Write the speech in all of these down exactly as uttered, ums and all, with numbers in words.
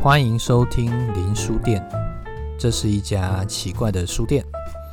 欢迎收听林书店，这是一家奇怪的书店。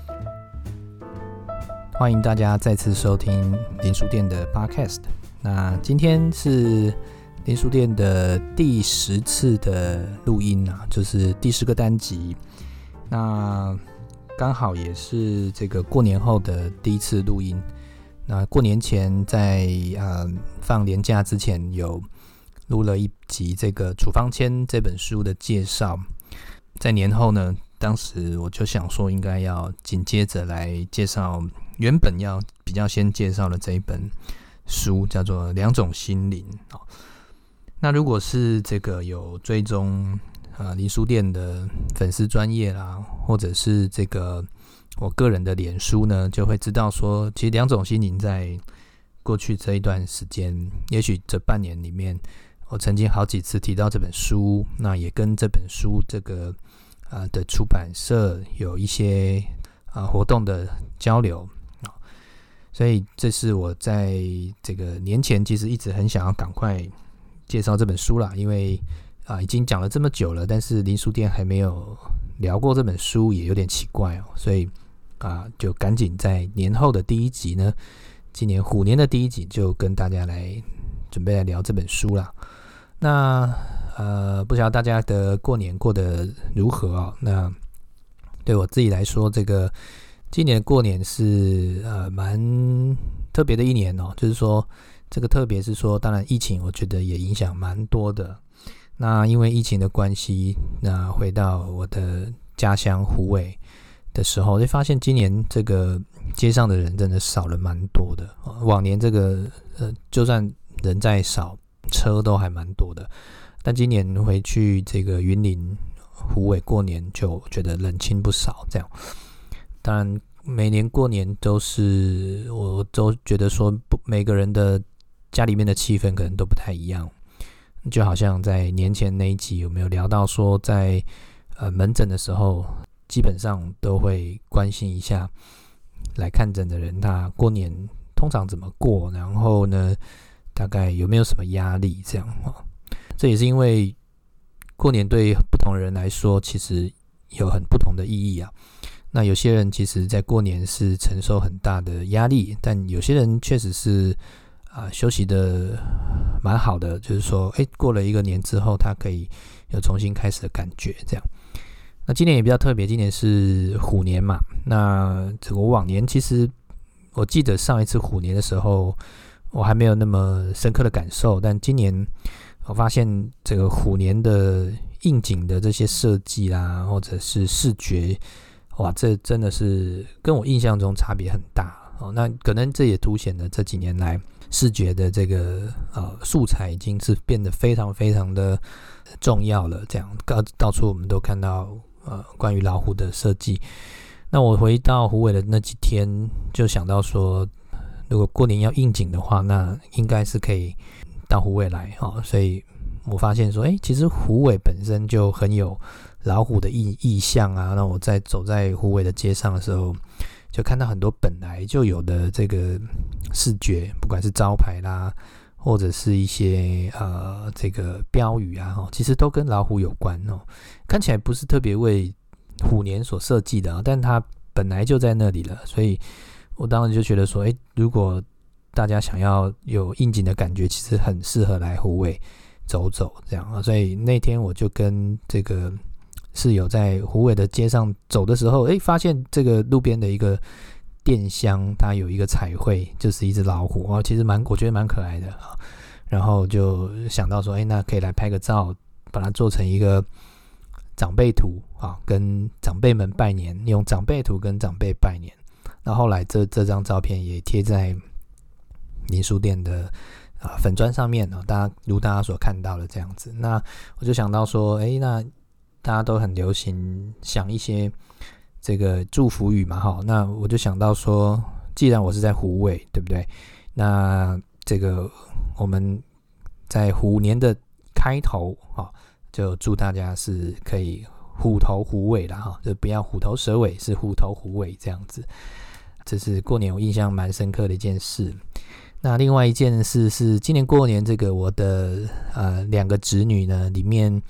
欢迎大家再次收听林书店的 Podcast。那今天是林书店的第十次的录音啊，就是第十个单集。那刚好也是这个过年后的第一次录音。那过年前在呃放年假之前有录了一集这个处方签这本书的介绍，在年后呢，当时我就想说应该要紧接着来介绍原本要比较先介绍的这一本书，叫做《两种心灵》。那如果是这个有追踪呃林书店的粉丝专页啦，或者是这个我个人的脸书呢，就会知道说，其实《两种心灵》在过去这一段时间，也许这半年里面，我曾经好几次提到这本书，那也跟这本书这个、呃、的出版社有一些、呃、活动的交流，所以这是我在这个年前其实一直很想要赶快介绍这本书啦，因为、呃、已经讲了这么久了，但是林书店还没有聊过这本书，也有点奇怪哦，所以、呃、就赶紧在年后的第一集呢，今年虎年的第一集就跟大家来准备来聊这本书啦。那呃，不晓得大家的过年过得如何哦？那对我自己来说，这个今年过年是呃蛮特别的一年哦。就是说，这个特别是说，当然疫情我觉得也影响蛮多的。那因为疫情的关系，那回到我的家乡虎尾的时候，就发现今年这个街上的人真的少了蛮多的。往年这个呃，就算人再少，车都还蛮多的，但今年回去这个云林虎尾过年，就觉得冷清不少。这样，当然每年过年都是，我都觉得说，每个人的家里面的气氛可能都不太一样。就好像在年前那一集有没有聊到说，在呃门诊的时候，基本上都会关心一下来看诊的人，他过年通常怎么过，然后呢，大概有没有什么压力这样。这也是因为过年对不同的人来说其实有很不同的意义啊。那有些人其实在过年是承受很大的压力，但有些人确实是、呃、休息的蛮好的，就是说诶过了一个年之后他可以有重新开始的感觉这样。那今年也比较特别，今年是虎年嘛，那这个我往年其实我记得上一次虎年的时候我还没有那么深刻的感受，但今年我发现这个虎年的应景的这些设计啦，或者是视觉，哇，这真的是跟我印象中差别很大、哦、那可能这也凸显了这几年来视觉的这个、呃、素材已经是变得非常非常的重要了，这样到处我们都看到呃关于老虎的设计。那我回到虎尾的那几天，就想到说，如果过年要应景的话，那应该是可以到虎尾来、哦、所以我发现说，哎，其实虎尾本身就很有老虎的 意, 意象啊。那我在走在虎尾的街上的时候，就看到很多本来就有的这个视觉，不管是招牌啦，或者是一些呃这个标语啊、哦、其实都跟老虎有关哦。看起来不是特别为虎年所设计的、啊、但它本来就在那里了，所以我当时就觉得说，诶，如果大家想要有应景的感觉，其实很适合来虎尾走走这样啊。所以那天我就跟这个室友在虎尾的街上走的时候，诶，发现这个路边的一个电箱，它有一个彩绘，就是一只老虎哦，其实蛮我觉得蛮可爱的啊。然后就想到说，诶，那可以来拍个照，把它做成一个长辈图啊，跟长辈们拜年，用长辈图跟长辈拜年。那后来这这张照片也贴在林书店的、呃、粉专上面、哦、大家如大家所看到的这样子。那我就想到说，诶，那大家都很流行想一些这个祝福语嘛，齁，那我就想到说，既然我是在虎尾，对不对？那这个我们在虎年的开头、哦、就祝大家是可以虎头虎尾啦，齁，就不要虎头蛇尾，是虎头虎尾这样子。这是过年我印象蛮深刻的一件事。那另外一件事是今年过年，这个我的呃两个侄女呢，里面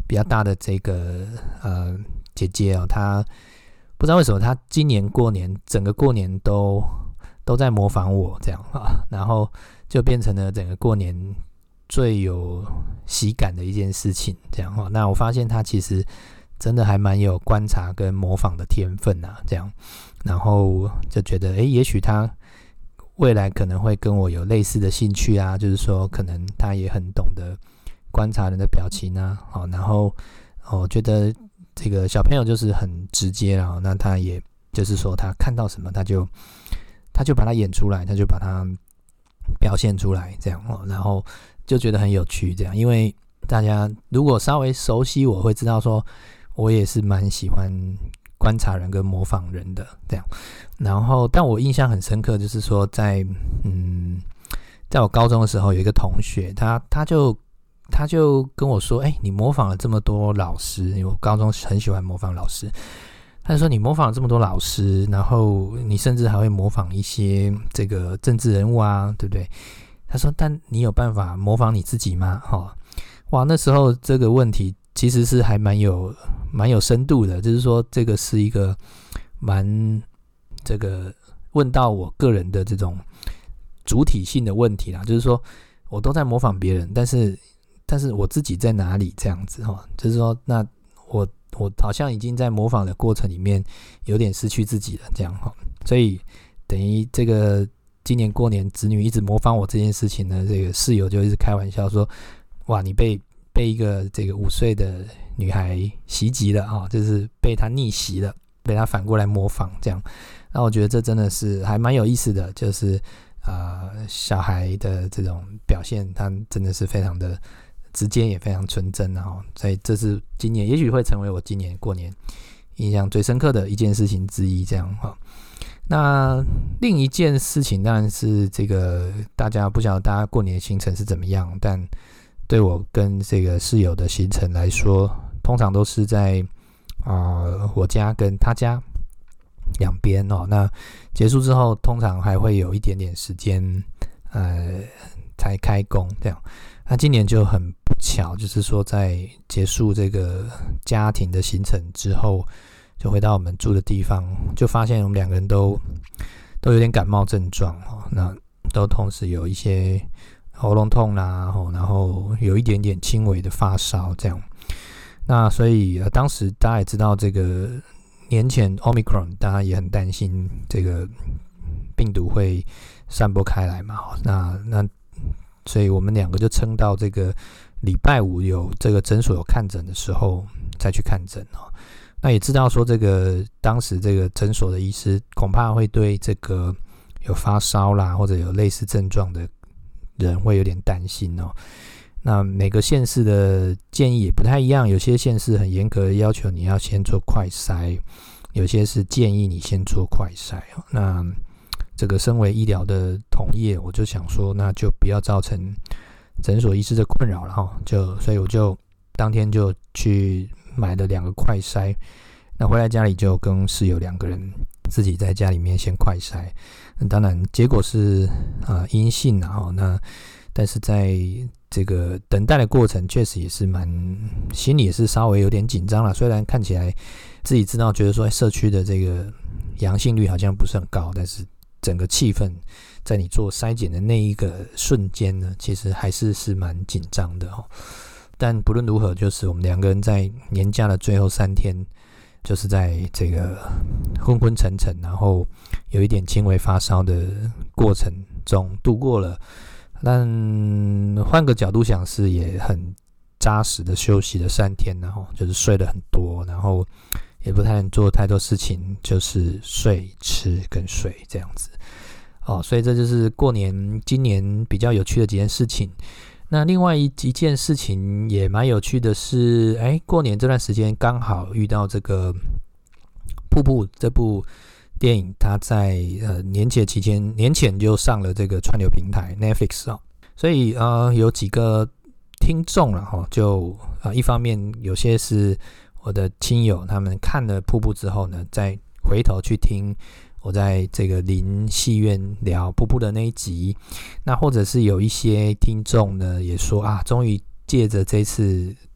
比较大的这个呃姐姐哦，她不知道为什么她今年过年整个过年都都在模仿我这样啊，然后就变成了整个过年最有喜感的一件事情这样。那我发现她其实真的还蛮有观察跟模仿的天分啊这样，然后就觉得诶，也许她未来可能会跟我有类似的兴趣啊，就是说可能她也很懂得观察人的表情啊，好，然后我觉得这个小朋友就是很直接啦，那他也就是说他看到什么他就他就把它演出来，他就把它表现出来这样，然后就觉得很有趣这样。因为大家如果稍微熟悉我会知道说我也是蛮喜欢观察人跟模仿人的这样。然后但我印象很深刻，就是说在嗯，在我高中的时候有一个同学，他他就他就跟我说，哎、欸，你模仿了这么多老师，因为我高中很喜欢模仿老师。他就说你模仿了这么多老师，然后你甚至还会模仿一些这个政治人物啊，对不对？他说，但你有办法模仿你自己吗？哦，哇，那时候这个问题其实是还蛮有蛮有深度的，就是说这个是一个蛮这个问到我个人的这种主体性的问题啦，就是说我都在模仿别人，但是但是我自己在哪里这样子哈？就是说，那我我好像已经在模仿的过程里面有点失去自己了这样哈，所以等于这个今年过年子女一直模仿我这件事情呢，这个室友就一直开玩笑说，哇，你被被一个这个五岁的女孩袭击了哈，就是被她逆袭了，被她反过来模仿这样。那我觉得这真的是还蛮有意思的，就是呃小孩的这种表现，他真的是非常的直接也非常纯真哈，所以这是今年也许会成为我今年过年印象最深刻的一件事情之一这样哈。那另一件事情当然是这个大家不晓得大家过年的行程是怎么样，但对我跟这个室友的行程来说，通常都是在呃我家跟他家两边哦。那结束之后，通常还会有一点点时间呃才开工这样。那今年就很不巧，就是说在结束这个家庭的行程之后，就回到我们住的地方，就发现我们两个人都都有点感冒症状，那都同时有一些喉咙痛啦，然后有一点点轻微的发烧这样。那所以、呃、当时大家也知道这个年前 Omicron 大家也很担心这个病毒会散播开来嘛，那那所以我们两个就撑到这个礼拜五有这个诊所有看诊的时候再去看诊。那也知道说这个当时这个诊所的医师恐怕会对这个有发烧啦或者有类似症状的人会有点担心哦。那每个县市的建议也不太一样，有些县市很严格的要求你要先做快筛，有些是建议你先做快筛。那这个身为医疗的同业，我就想说那就不要造成诊所医师的困扰了哈，就所以我就当天就去买了两个快筛，那回来家里就跟室友两个人自己在家里面先快筛，那当然结果是呃阴性啊，那但是在这个等待的过程确实也是蛮心里也是稍微有点紧张啦，虽然看起来自己知道觉得说社区的这个阳性率好像不是很高，但是整个气氛在你做筛检的那一个瞬间呢，其实还是是蛮紧张的哦。但不论如何，就是我们两个人在年假的最后三天，就是在这个昏昏沉沉，然后有一点轻微发烧的过程中度过了。但换个角度想，是也很扎实的休息了三天，然后就是睡了很多，然后也不太能做太多事情，就是睡、吃跟睡这样子。哦，所以这就是过年今年比较有趣的几件事情。那另外一件事情也蛮有趣的是，哎，过年这段时间刚好遇到这个《瀑布》这部电影，它在呃年节期间年前就上了这个串流平台 Netflix 哦，所以呃有几个听众了哈，就呃一方面有些是我的亲友，他们看了《瀑布》之后呢，再回头去听我在这个林戏院聊瀑布的那一集，那或者是有一些听众呢也说啊，终于借着这次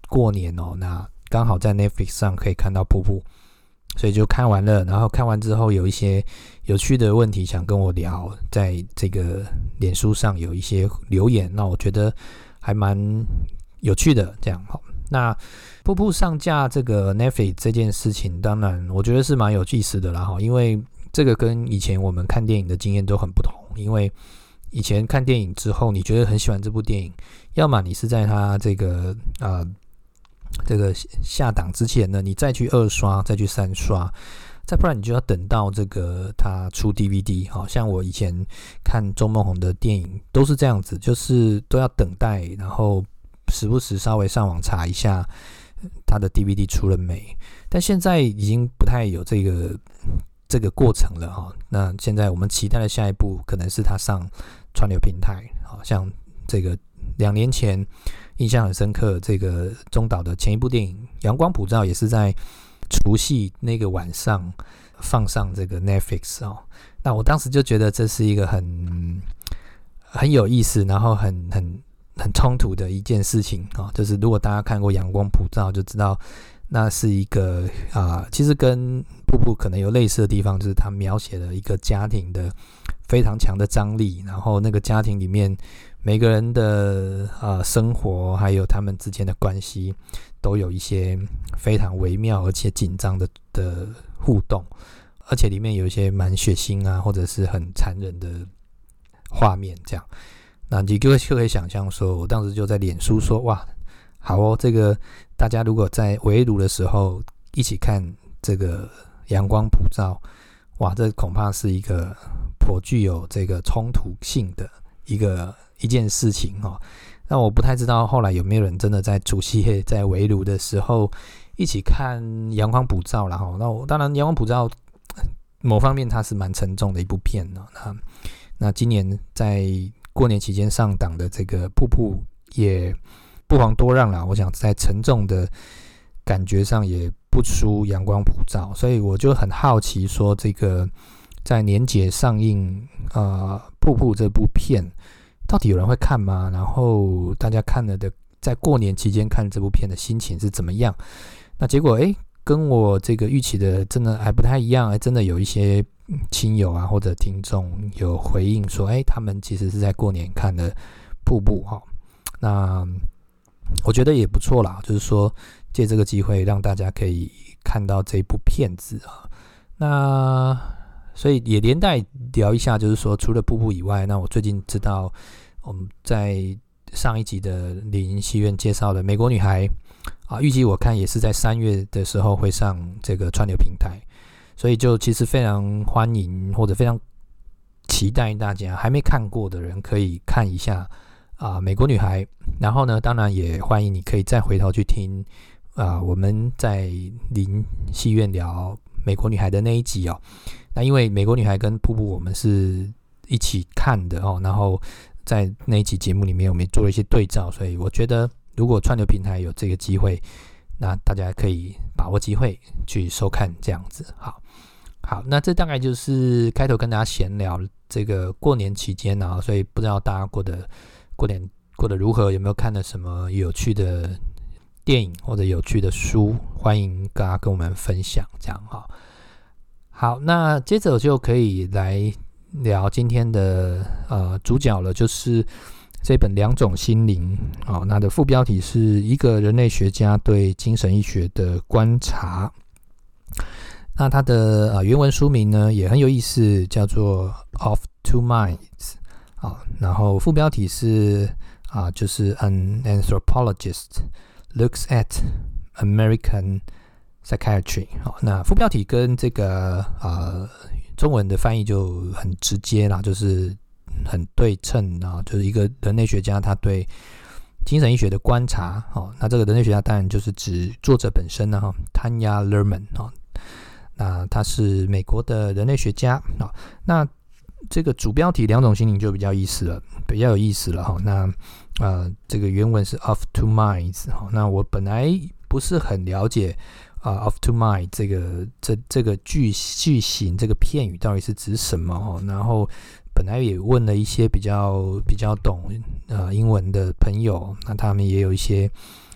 过年哦，那刚好在 Netflix 上可以看到瀑布，所以就看完了。然后看完之后有一些有趣的问题想跟我聊，在这个脸书上有一些留言，那我觉得还蛮有趣的。这样好，那瀑布上架这个 Netflix 这件事情，当然我觉得是蛮有意思的啦，因为这个跟以前我们看电影的经验都很不同。因为以前看电影之后，你觉得很喜欢这部电影，要么你是在它这个呃这个下档之前呢，你再去二刷，再去三刷，再不然你就要等到这个它出 D V D。好像我以前看周梦红的电影都是这样子，就是都要等待，然后时不时稍微上网查一下它的 D V D 出了没。但现在已经不太有这个这个过程了哈。那现在我们期待的下一步可能是它上串流平台，好像这个两年前印象很深刻，这个中岛的前一部电影《阳光普照》也是在除夕那个晚上放上这个 Netflix 哦。那我当时就觉得这是一个很很有意思，然后很很很冲突的一件事情哦。就是如果大家看过《阳光普照》，就知道那是一个啊、呃，其实跟瀑布可能有类似的地方，就是它描写了一个家庭的非常强的张力，然后那个家庭里面每个人的呃生活还有他们之间的关系都有一些非常微妙而且紧张的的互动，而且里面有一些蛮血腥啊或者是很残忍的画面这样。那你就可以想象说，我当时就在脸书说，哇，好哦，这个大家如果在围炉的时候一起看这个阳光普照，哇，这恐怕是一个颇具有这个冲突性的一个一件事情哦。那我不太知道后来有没有人真的在除夕夜在围炉的时候一起看阳光普照啦。那我当然阳光普照某方面它是蛮沉重的一部片哦。那那今年在过年期间上档的这个瀑布也不遑多让啦，我想在沉重的感觉上也不输阳光普照，所以我就很好奇说，这个在年节上映呃瀑布这部片到底有人会看吗？然后大家看了的在过年期间看这部片的心情是怎么样？那结果诶跟我这个预期的真的还不太一样，真的有一些亲友啊或者听众有回应说，诶他们其实是在过年看的瀑布齁。那我觉得也不错啦，就是说借这个机会让大家可以看到这部片子啊。那所以也连带聊一下，就是说除了瀑布以外，那我最近知道我们在上一集的联营戏院介绍的美国女孩啊，预计我看也是在三月的时候会上这个串流平台，所以就其实非常欢迎或者非常期待大家还没看过的人可以看一下啊，美国女孩。然后呢，当然也欢迎你可以再回头去听啊，我们在林戏院聊美国女孩的那一集哦。那因为美国女孩跟瀑布我们是一起看的哦，然后在那一集节目里面我们也做了一些对照，所以我觉得如果串流平台有这个机会，那大家可以把握机会去收看这样子。好，好，那这大概就是开头跟大家闲聊这个过年期间啊，所以不知道大家过得过年过得如何，有没有看了什么有趣的电影或者有趣的书，欢迎大家跟我们分享这样哈。好，那接着就可以来聊今天的呃主角了，就是这本《两种心灵》哦，那的副标题是一个人类学家对精神医学的观察。那它的、呃、原文书名呢也很有意思，叫做 Of Two Minds、哦、然后副标题是啊，就是 An Anthropologist Looks at American Psychiatry、哦、那副标题跟这个呃中文的翻译就很直接啦，就是很对称啊，就是一个人类学家他对精神医学的观察、哦、那这个人类学家当然就是指作者本身呢、啊、Tanya Luhrmann、哦、那他是美国的人类学家、哦、那这个主标题两种心灵就比较意思了，比较有意思了、哦、那呃，这个原文是 Of Two Minds、哦、那我本来不是很了解、呃、Of Two Minds 这个这这个句句型这个片语到底是指什么、哦、然后本来也问了一些比较比较懂呃英文的朋友，那他们也有一些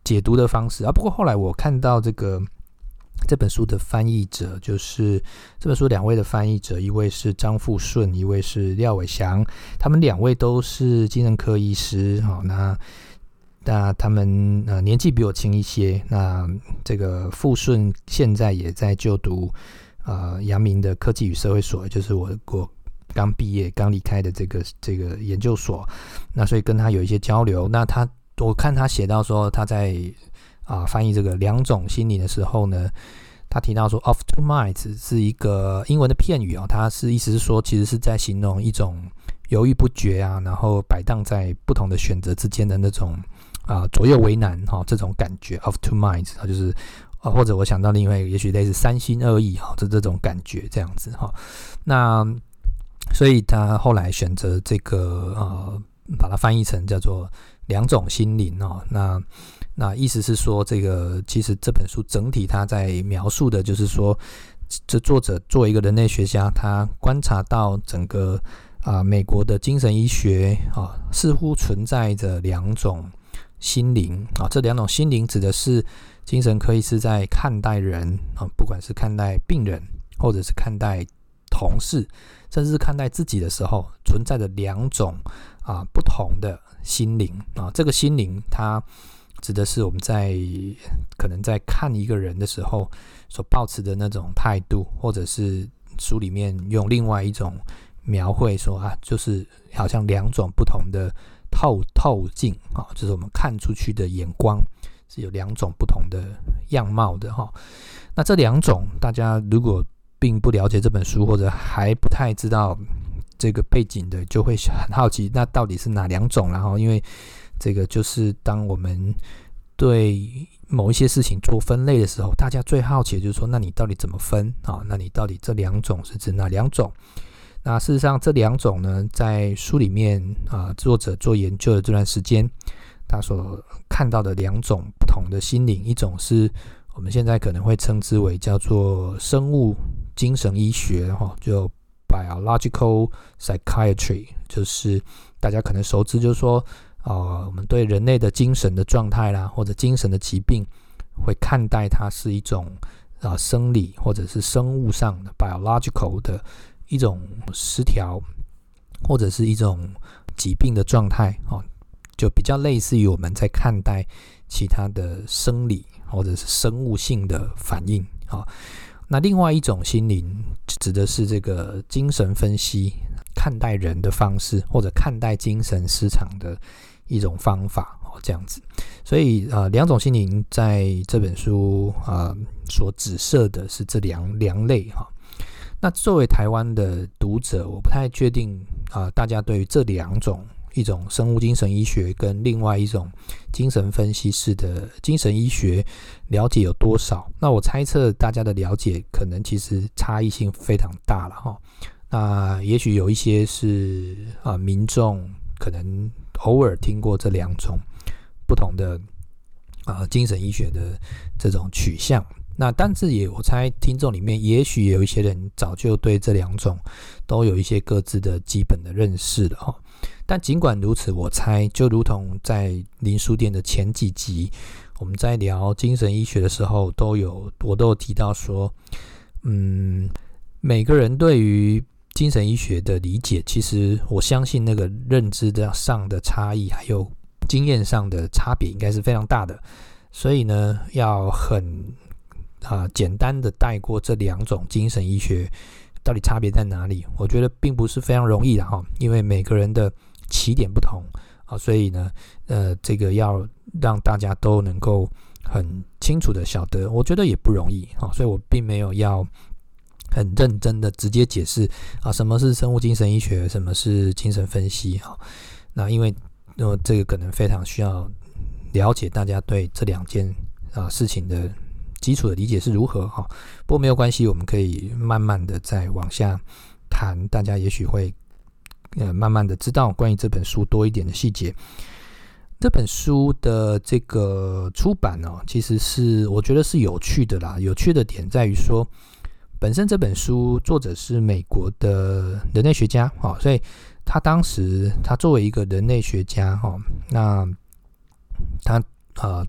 解读的方式啊。不过后来我看到这个这本书的翻译者，就是这本书两位的翻译者，一位是张富顺，一位是廖伟翔，他们两位都是精神科医师。好，那那他们呃年纪比我轻一些。那这个富顺现在也在就读呃阳明的科技与社会所，就是我我刚毕业刚离开的这个这个研究所。那所以跟他有一些交流。那他我看他写到说他在啊翻译这个两种心灵的时候呢，他提到说 of two minds 是一个英文的片语哦，他是意思是说其实是在形容一种犹豫不决啊，然后摆荡在不同的选择之间的那种啊左右为难哈、哦、这种感觉 of two minds 啊，就是啊或者我想到另外一个也许类似三心二意哈、哦、这这种感觉这样子哈、哦。那所以他后来选择这个呃把它翻译成叫做两种心灵哦。那那意思是说，这个其实这本书整体他在描述的就是说，这作者作为一个人类学家，他观察到整个啊、呃、美国的精神医学啊，似乎存在着两种心灵啊。这两种心灵指的是精神科医师在看待人啊，不管是看待病人，或者是看待同事，甚至是看待自己的时候，存在着两种啊不同的心灵啊。这个心灵它指的是我们在可能在看一个人的时候所抱持的那种态度，或者是书里面用另外一种描绘说啊，就是好像两种不同的透透镜啊，就是我们看出去的眼光是有两种不同的样貌的哈。那这两种大家如果并不了解这本书，或者还不太知道这个背景的，就会很好奇，那到底是哪两种？然后因为这个就是当我们对某一些事情做分类的时候，大家最好奇的就是说，那你到底怎么分啊？那你到底这两种是指哪两种？那事实上这两种呢，在书里面啊，作者做研究的这段时间，他所看到的两种不同的心灵，一种是我们现在可能会称之为叫做生物精神医学，就 biological psychiatry， 就是大家可能熟知，就是说呃，我们对人类的精神的状态啦，或者精神的疾病，会看待它是一种啊、呃、生理或者是生物上的 biological 的一种失调，或者是一种疾病的状态、哦、就比较类似于我们在看待其他的生理或者是生物性的反应、哦、那另外一种心灵指的是这个精神分析，看待人的方式，或者看待精神失常的一种方法、哦、这样子。所以呃，两种心灵在这本书呃所指涉的是这两两类哈、哦。那作为台湾的读者，我不太确定啊、呃，大家对于这两种，一种生物精神医学跟另外一种精神分析式的精神医学了解有多少？那我猜测大家的了解可能其实差异性非常大了哈。那也许有一些是啊、呃，民众可能偶尔听过这两种不同的啊、呃、精神医学的这种取向。那但是也我猜听众里面也许有一些人早就对这两种都有一些各自的基本的认识了哈。但尽管如此，我猜就如同在林书店的前几集我们在聊精神医学的时候都有我都有提到说，嗯，每个人对于精神医学的理解，其实我相信那个认知上的差异还有经验上的差别应该是非常大的。所以呢，要很啊，简单的带过这两种精神医学到底差别在哪里，我觉得并不是非常容易的哈，因为每个人的起点不同啊，所以呢，呃，这个要让大家都能够很清楚的晓得，我觉得也不容易啊，所以我并没有要很认真的直接解释啊，什么是生物精神医学，什么是精神分析哈。那因为呃，这个可能非常需要了解大家对这两件啊事情的基础的理解是如何哈，不过没有关系，我们可以慢慢的再往下谈，大家也许会呃慢慢的知道关于这本书多一点的细节。这本书的这个出版哦，其实是我觉得是有趣的啦。有趣的点在于说，本身这本书作者是美国的人类学家哈，所以他当时他作为一个人类学家哈，那他呃。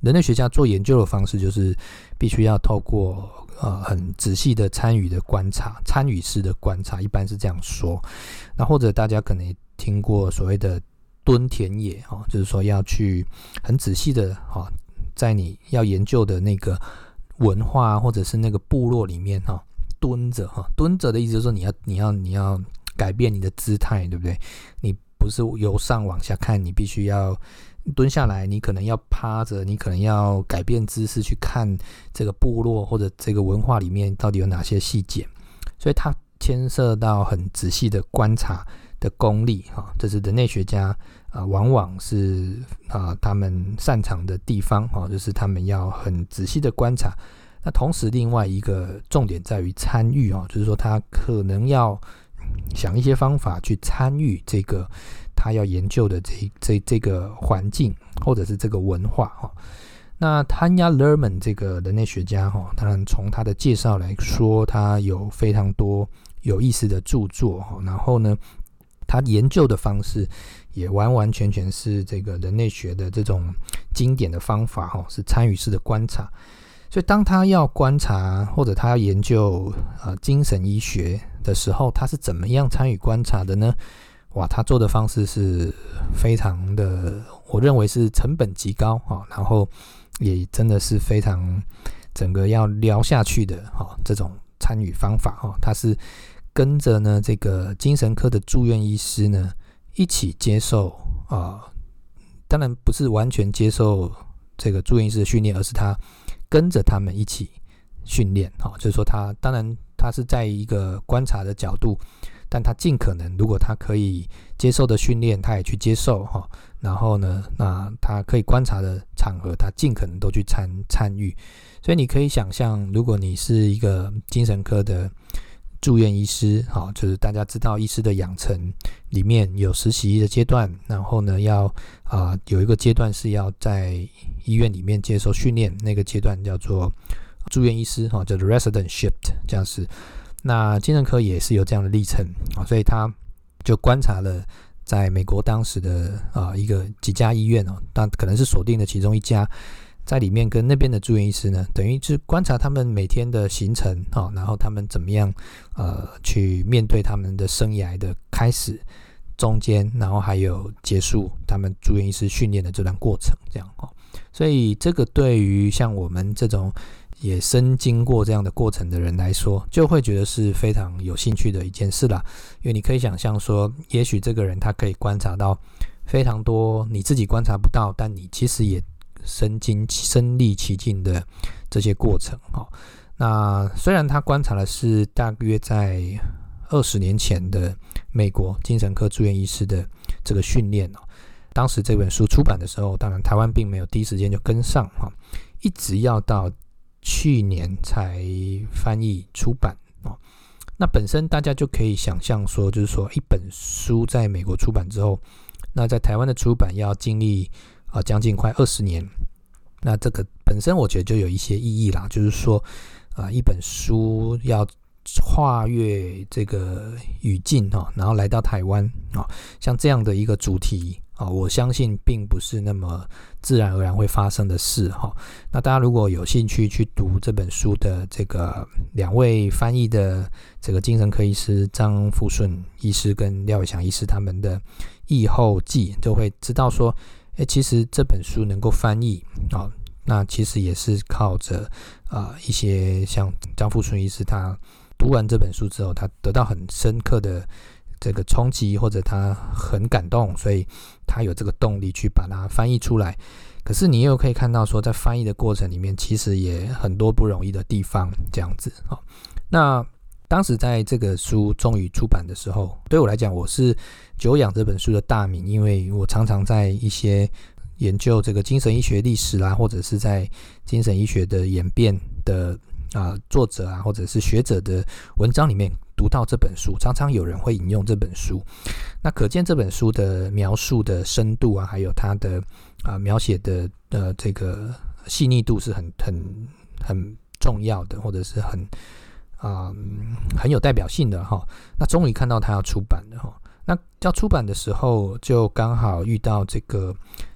人类学家做研究的方式就是必须要透过呃很仔细的参与的观察，参与式的观察，一般是这样说。那或者大家可能也听过所谓的蹲田野、哦、就是说要去很仔细的、哦、在你要研究的那个文化或者是那个部落里面、哦、蹲着、哦、蹲着的意思就是说你要你要你要改变你的姿态，对不对？你不是由上往下看，你必须要蹲下来，你可能要趴着，你可能要改变姿势去看这个部落或者这个文化里面到底有哪些细节，所以它牵涉到很仔细的观察的功力，这是人类学家、呃、往往是、呃、他们擅长的地方，就是他们要很仔细的观察。那同时另外一个重点在于参与，就是说他可能要想一些方法去参与这个他要研究的 这, 这, 这个环境或者是这个文化。那 Tanya Luhrmann 这个人类学家，当然从他的介绍来说，他有非常多有意思的著作，然后呢他研究的方式也完完全全是这个人类学的这种经典的方法，是参与式的观察。所以当他要观察或者他要研究、呃、精神医学的时候，他是怎么样参与观察的呢？哇，他做的方式是非常的，我认为是成本极高、哦、然后也真的是非常整个要聊下去的、哦、这种参与方法、哦、他是跟着呢这个精神科的住院医师呢一起接受、呃、当然不是完全接受这个住院医师的训练，而是他跟着他们一起训练、哦、就是说他当然他是在一个观察的角度，但他尽可能如果他可以接受的训练他也去接受、哦、然后呢那他可以观察的场合他尽可能都去 参, 参与。所以你可以想象，如果你是一个精神科的住院医师，好，就是大家知道医师的养成里面有实习的阶段，然后呢要、呃、有一个阶段是要在医院里面接受训练，那个阶段叫做住院医师，叫做 residentship 这样子。那精神科也是有这样的历程，所以他就观察了在美国当时的、呃、一个几家医院，但可能是锁定的其中一家，在里面跟那边的住院医师呢，等于是观察他们每天的行程，哦、然后他们怎么样呃去面对他们的生涯的开始、中间，然后还有结束他们住院医师训练的这段过程，这样、哦、所以这个对于像我们这种也深经过这样的过程的人来说，就会觉得是非常有兴趣的一件事啦。因为你可以想象说，也许这个人他可以观察到非常多你自己观察不到，但你其实也身经身历其境的这些过程。那虽然他观察的是大约在二十年前的美国精神科住院医师的这个训练，当时这本书出版的时候，当然台湾并没有第一时间就跟上，一直要到去年才翻译出版。那本身大家就可以想象说，就是说一本书在美国出版之后，那在台湾的出版要经历呃将近快二十年，那这个本身我觉得就有一些意义啦，就是说呃一本书要跨越这个语境、哦、然后来到台湾、哦、像这样的一个主题、哦、我相信并不是那么自然而然会发生的事、哦、那大家如果有兴趣去读这本书的这个两位翻译的这个精神科医师张富顺医师跟廖伟翔医师他们的译后记，就会知道说诶其实这本书能够翻译、哦、那其实也是靠着、呃、一些像张富顺医师他读完这本书之后，他得到很深刻的这个冲击，或者他很感动，所以他有这个动力去把它翻译出来。可是你又可以看到说，在翻译的过程里面其实也很多不容易的地方，这样子。那当时在这个书终于出版的时候，对我来讲我是久仰这本书的大名，因为我常常在一些研究这个精神医学历史啦，或者是在精神医学的演变的呃、作者啊，或者是学者的文章里面读到这本书，常常有人会引用这本书。那可见这本书的描述的深度啊，还有它的、呃、描写的、呃、这个细腻度是很很很重要的，或者是很、呃、很有代表性的哈。那终于看到它要出版了哈。那要出版的时候，就刚好遇到这个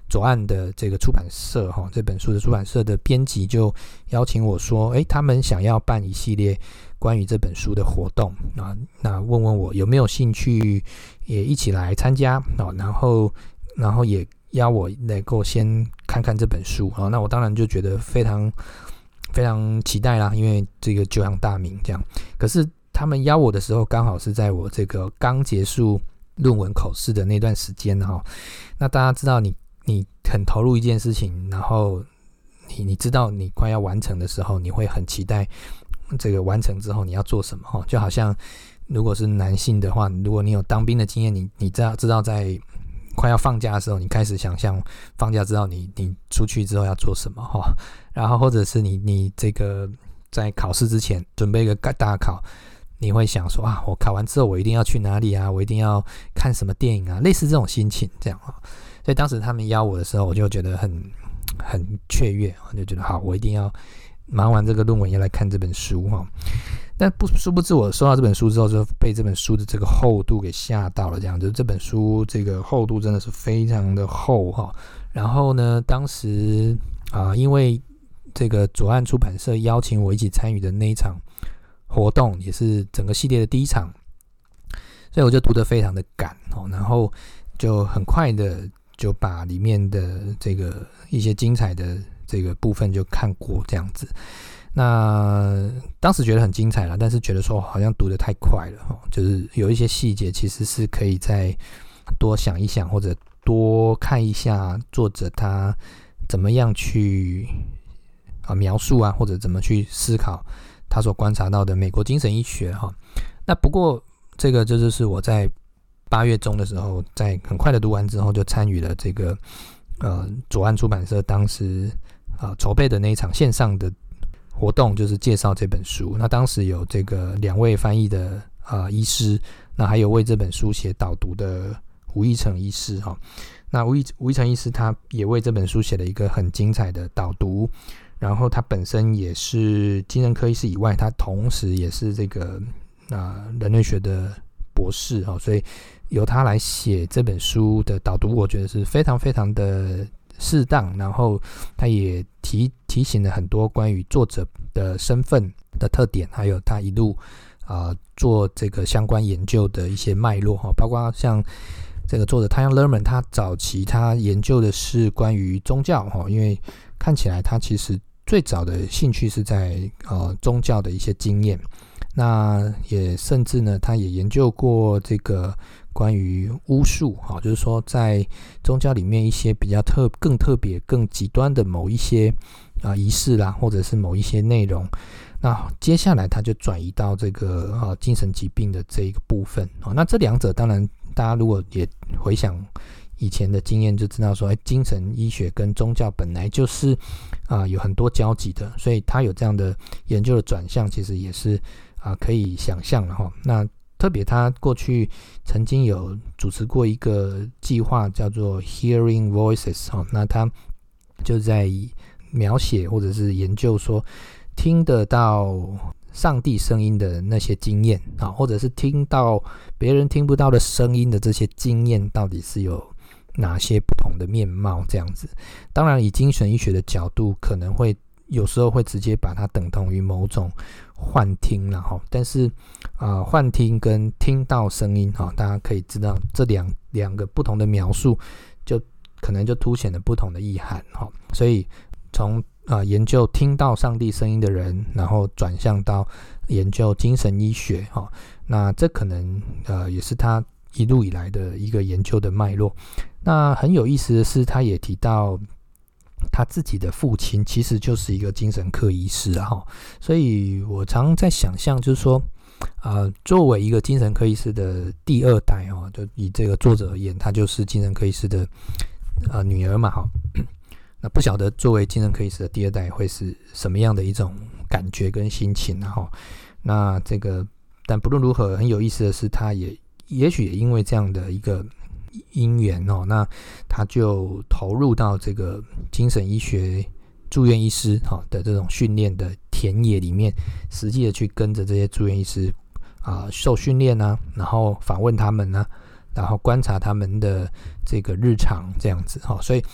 左岸的这个出版社哈，这本书的出版社的编辑就邀请我说，诶，他们想要办一系列关于这本书的活动啊，那问问我有没有兴趣也一起来参加啊，然后然后也邀我能够先看看这本书啊，那我当然就觉得非常非常期待啦，因为这个久仰大名这样。可是他们邀我的时候，刚好是在我这个刚结束论文口试的那段时间哈。那大家知道你你很投入一件事情，然后你你知道你快要完成的时候，你会很期待这个完成之后你要做什么哈。就好像如果是男性的话，如果你有当兵的经验，你你知道知道在快要放假的时候，你开始想象放假之后你你出去之后要做什么哈。然后或者是你你这个在考试之前准备一个大考，你会想说啊，我考完之后我一定要去哪里啊，我一定要看什么电影啊，类似这种心情这样啊。所以当时他们邀我的时候，我就觉得很很雀跃，我就觉得好，我一定要忙完这个论文要来看这本书哈。但不殊不知，我收到这本书之后，就被这本书的这个厚度给吓到了。这样，就是这本书这个厚度真的是非常的厚哈。然后呢，当时啊、呃，因为这个左岸出版社邀请我一起参与的那一场活动，也是整个系列的第一场，所以我就读得非常的赶哦，然后就很快的就把里面的这个一些精彩的这个部分就看过这样子。那当时觉得很精彩啦，但是觉得说好像读得太快了哦，就是有一些细节其实是可以再多想一想，或者多看一下作者他怎么样去啊描述啊，或者怎么去思考他所观察到的美国精神医学哈。那不过这个就是我在八月中的时候，在很快的读完之后，就参与了这个呃左岸出版社当时啊、呃、筹备的那一场线上的活动，就是介绍这本书。那当时有这个两位翻译的啊、呃、医师，那还有为这本书写导读的吴义成医师哈。那吴义吴义成医师他也为这本书写了一个很精彩的导读。然后他本身也是精神科医师以外，他同时也是这个啊、呃、人类学的博士哈，所以由他来写这本书的导读，我觉得是非常非常的适当。然后他也提提醒了很多关于作者的身份的特点，还有他一路啊、呃、做这个相关研究的一些脉络哈，包括像这个作者 Tyan Luhrmann， 他早期他研究的是关于宗教哈，因为看起来他其实最早的兴趣是在呃宗教的一些经验，那也甚至呢，他也研究过这个关于巫术，哈，就是说在宗教里面一些比较特、更特别、更极端的某一些啊、呃、仪式啦，或者是某一些内容。那接下来他就转移到这个啊、呃、精神疾病的这一个部分啊、哦。那这两者当然，大家如果也回想以前的经验就知道说，哎，精神医学跟宗教本来就是啊、呃、有很多交集的，所以他有这样的研究的转向，其实也是啊、呃、可以想象的哈。那特别他过去曾经有主持过一个计划叫做 Hearing Voices 哈，那他就在描写或者是研究说听得到上帝声音的那些经验啊，或者是听到别人听不到的声音的这些经验，到底是有哪些不同的面貌这样子。当然以精神医学的角度，可能会有时候会直接把它等同于某种幻听啦，但是、呃、幻听跟听到声音，大家可以知道这两两个不同的描述，就可能就凸显了不同的意涵。所以从呃、研究听到上帝声音的人，然后转向到研究精神医学、哦、那这可能、呃、也是他一路以来的一个研究的脉络。那很有意思的是，他也提到他自己的父亲其实就是一个精神科医师、啊哦、所以我常在想象就是说、呃、作为一个精神科医师的第二代、哦、就以这个作者而言，他就是精神科医师的、呃、女儿嘛、哦，那不晓得作为精神科医师的第二代会是什么样的一种感觉跟心情啊？那这个，但不论如何，很有意思的是，他也也许也因为这样的一个因缘哦，那他就投入到这个精神医学住院医师的这种训练的田野里面，实际的去跟着这些住院医师啊、呃、受训练啊，然后访问他们啊，然后观察他们的这个日常这样子哈，所以。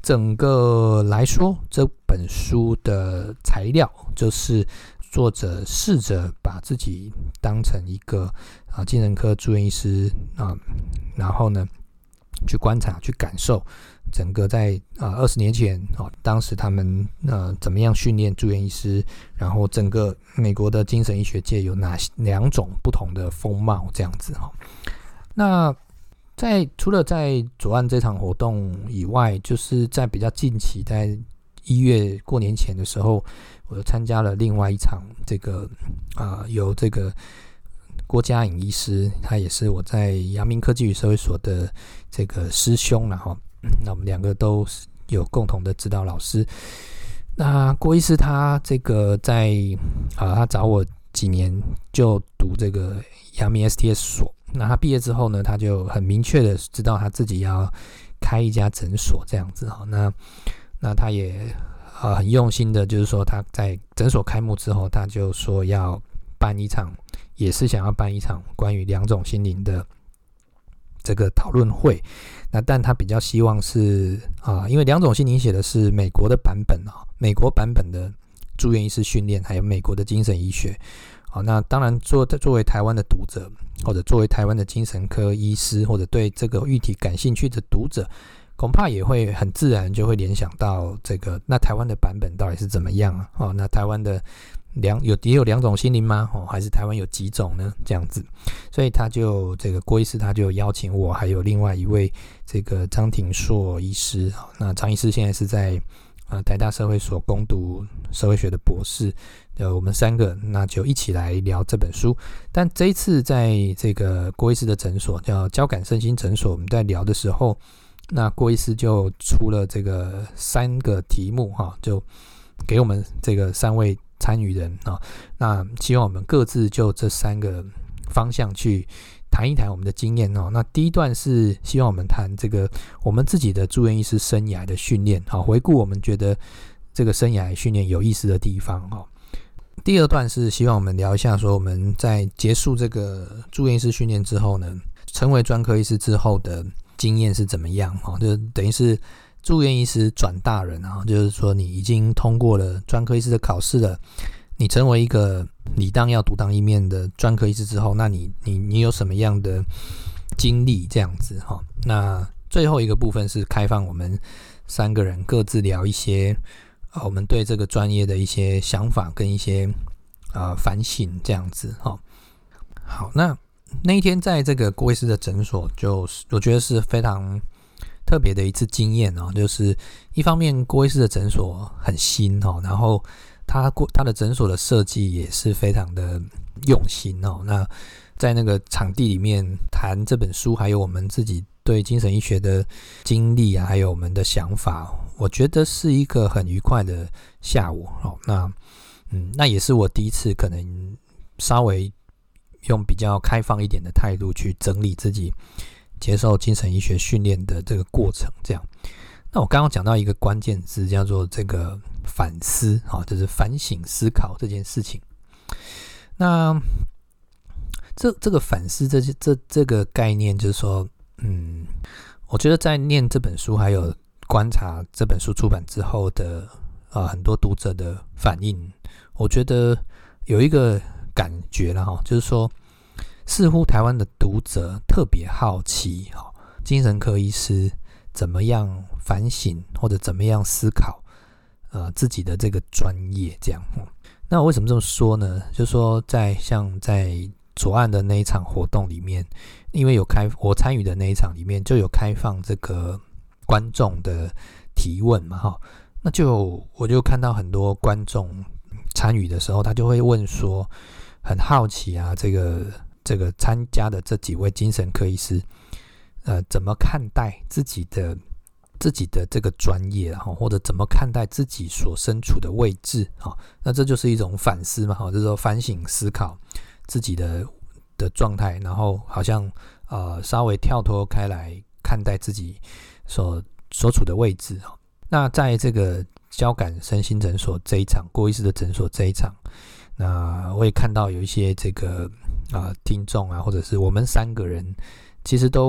整个来说，这本书的材料就是作者试着把自己当成一个啊精神科住院医师啊，然后呢去观察、去感受整个在啊二十年前啊，当时他们呃怎么样训练住院医师，然后整个美国的精神医学界有哪两种不同的风貌这样子哈。那在除了在左岸这场活动以外，就是在比较近期，在一月过年前的时候，我又参加了另外一场这个啊、呃、由这个郭嘉颖医师，他也是我在阳明科技与社会所的这个师兄啦哈。那我们两个都有共同的指导老师。那郭医师他这个在啊他找我几年就读这个阳明 S T S 所。那他毕业之后呢，他就很明确的知道他自己要开一家诊所这样子哈。那那他也呃很用心的，就是说他在诊所开幕之后，他就说要办一场，也是想要办一场关于两种心灵的这个讨论会。那但他比较希望是啊、呃，因为两种心灵写的是美国的版本啊，美国版本的住院医师训练，还有美国的精神医学。好，那当然作作为台湾的读者，或者作为台湾的精神科医师，或者对这个议题感兴趣的读者，恐怕也会很自然就会联想到这个，那台湾的版本到底是怎么样啊？哦，那台湾的两有也有两种心灵吗？哦，还是台湾有几种呢？这样子，所以他就这个郭医师他就邀请我，还有另外一位这个张廷硕医师。那张医师现在是在呃台大社会所攻读社会学的博士。呃，我们三个那就一起来聊这本书。但这一次在这个郭医师的诊所叫交感身心诊所，我们在聊的时候，那郭医师就出了这个三个题目哈，就给我们这个三位参与人啊，那希望我们各自就这三个方向去谈一谈我们的经验哦。那第一段是希望我们谈这个我们自己的住院医师生涯的训练，好，回顾我们觉得这个生涯训练有意思的地方哦。第二段是希望我们聊一下说我们在结束这个住院医师训练之后呢，成为专科医师之后的经验是怎么样哦，就等于是住院医师转大人啊，就是说你已经通过了专科医师的考试了，你成为一个理当要独当一面的专科医师之后，那你你你有什么样的经历这样子哈？那最后一个部分是开放我们三个人各自聊一些我们对这个专业的一些想法跟一些呃反省这样子哈。好，那那一天在这个郭医师的诊所，就我觉得是非常特别的一次经验哦。就是一方面郭医师的诊所很新哦，然后他他的诊所的设计也是非常的用心哦。那在那个场地里面谈这本书，还有我们自己对精神医学的经历啊，还有我们的想法，我觉得是一个很愉快的下午哦。那嗯，那也是我第一次可能稍微用比较开放一点的态度去整理自己接受精神医学训练的这个过程这样。那我刚刚讲到一个关键字叫做这个反思，就是反省思考这件事情。那这这个反思这这这个概念，就是说，嗯，我觉得在念这本书，还有观察这本书出版之后的啊、呃、很多读者的反应，我觉得有一个感觉啦哈，就是说，似乎台湾的读者特别好奇哈，精神科医师怎么样反省或者怎么样思考呃自己的这个专业这样。那我为什么这么说呢？就是说在像在左岸的那一场活动里面，因为有开我参与的那一场里面就有开放这个观众的提问嘛哈，那就我就看到很多观众参与的时候，他就会问说，很好奇啊，这个这个参加的这几位精神科医师，呃，怎么看待自己的自己的这个专业啊，或者怎么看待自己所身处的位置啊？那这就是一种反思嘛，就是说反省思考自己的的状态，然后好像呃稍微跳脱开来看待自己所所处的位置。那在这个交感身心诊所这一场，郭医师的诊所这一场，那我也看到有一些这个啊、呃、听众啊，或者是我们三个人，其实都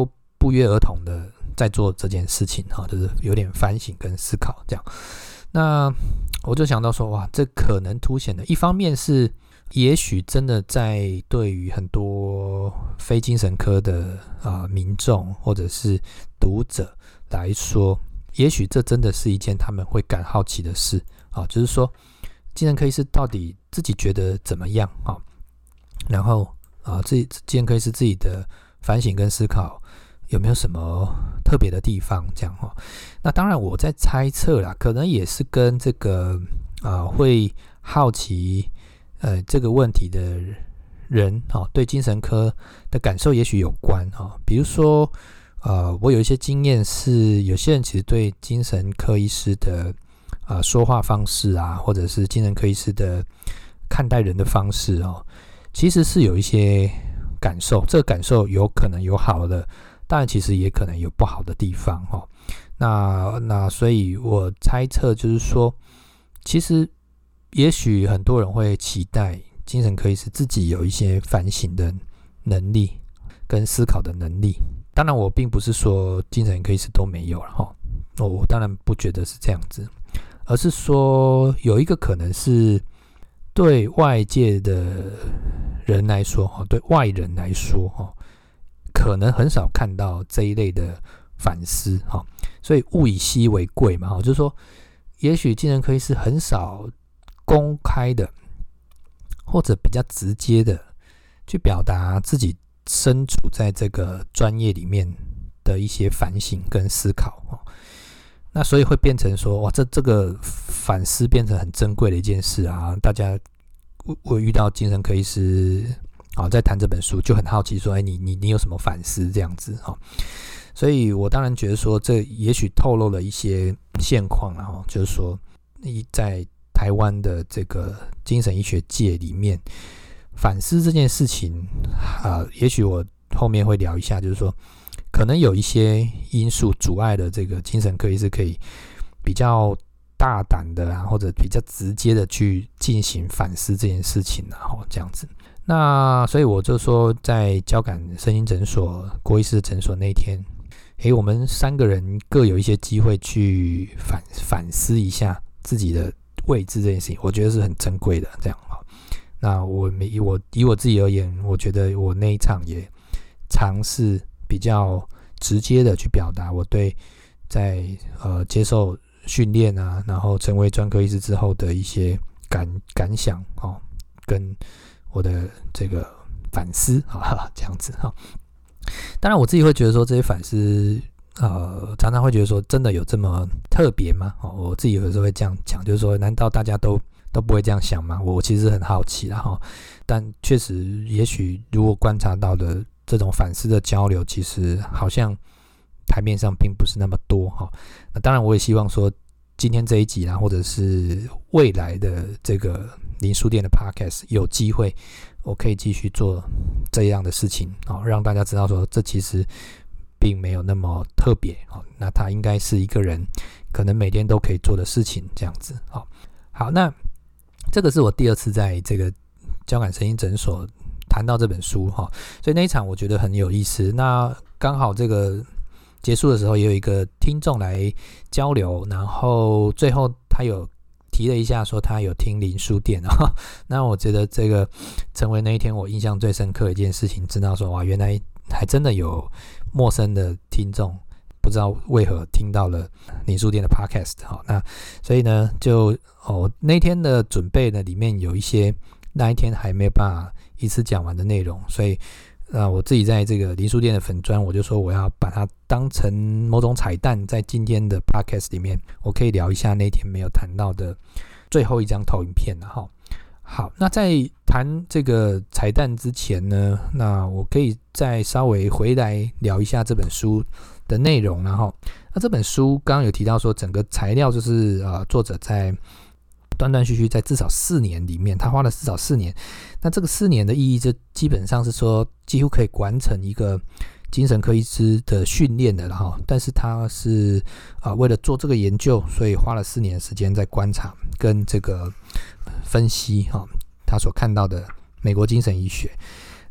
不约而同的在做这件事情，就是有点反省跟思考这样。那我就想到说，哇，这可能凸显的一方面是，也许真的在对于很多非精神科的、呃、民众或者是读者来说，也许这真的是一件他们会感好奇的事啊，就是说精神科医师到底自己觉得怎么样啊？然后啊，自己精神科医师自己的反省跟思考有没有什么特别的地方？这样哈，那当然我在猜测啦，可能也是跟这个啊会好奇呃这个问题的人哈，对精神科的感受也许有关哈。比如说呃，我有一些经验是，有些人其实对精神科医师的啊、呃、说话方式啊，或者是精神科医师的看待人的方式哦，其实是有一些感受。这个感受有可能有好的，当然其实也可能有不好的地方哦。那那所以我猜测就是说，其实也许很多人会期待精神科医师自己有一些反省的能力跟思考的能力。当然我并不是说精神科医师都没有了哈，我当然不觉得是这样子，而是说有一个可能是对外界的人来说，对外人来说可能很少看到这一类的反思，所以物以稀为贵嘛，就是说也许精神科医师很少公开的或者比较直接的去表达自己身处在这个专业里面的一些反省跟思考，那所以会变成说，哇，这这个反思变成很珍贵的一件事啊！大家我遇到精神科医师啊，在谈这本书，就很好奇说，哎，你你你有什么反思这样子哈？所以我当然觉得说，这也许透露了一些现况啊，就是说，在台湾的这个精神医学界里面，反思这件事情啊，也许我后面会聊一下，就是说可能有一些因素阻碍了这个精神科医师可以比较大胆的啊，或者比较直接的去进行反思这件事情啊，这样子。那所以我就说，在交感身心诊所郭医师诊所那天，诶，我们三个人各有一些机会去反反思一下自己的位置这件事情，我觉得是很珍贵的。这样，那我以我以我自己而言，我觉得我那一场也尝试比较直接的去表达我对在呃接受训练啊，然后成为专科医师之后的一些感感想哦，跟我的这个反思啊，这样子哈。当然我自己会觉得说，这些反思呃常常会觉得说，真的有这么特别吗？哦，我自己有时候会这样讲，就是说，难道大家都都不会这样想吗？我其实很好奇啦哈，但确实，也许如果观察到的这种反思的交流，其实好像台面上并不是那么多哈。那当然，我也希望说，今天这一集啦，或者是未来的这个林书店的 podcast， 有机会我可以继续做这样的事情，让大家知道说，这其实并没有那么特别，那它应该是一个人可能每天都可以做的事情，这样子。好，那这个是我第二次在这个交感身心诊所谈到这本书，所以那一场我觉得很有意思。那刚好这个结束的时候也有一个听众来交流，然后最后他有提了一下说他有听林书店，那我觉得这个成为那一天我印象最深刻的一件事情，知道说哇，原来还真的有陌生的听众不知道为何听到了林书店的 podcast， 那所以呢就哦那天的准备呢里面有一些那一天还没有办法一次讲完的内容，所以呃我自己在这个林书店的粉专，我就说我要把它当成某种彩蛋，在今天的 podcast 里面我可以聊一下那天没有谈到的最后一张投影片了哈。好，那在谈这个彩蛋之前呢，那我可以再稍微回来聊一下这本书的内容，然后那这本书刚刚有提到说整个材料就是呃作者在断断续续在至少四年里面，他花了至少四年，那这个四年的意义就基本上是说几乎可以完成一个精神科医师的训练的了哈，但是他是啊、呃、为了做这个研究，所以花了四年的时间在观察跟这个分析哈他所看到的美国精神医学。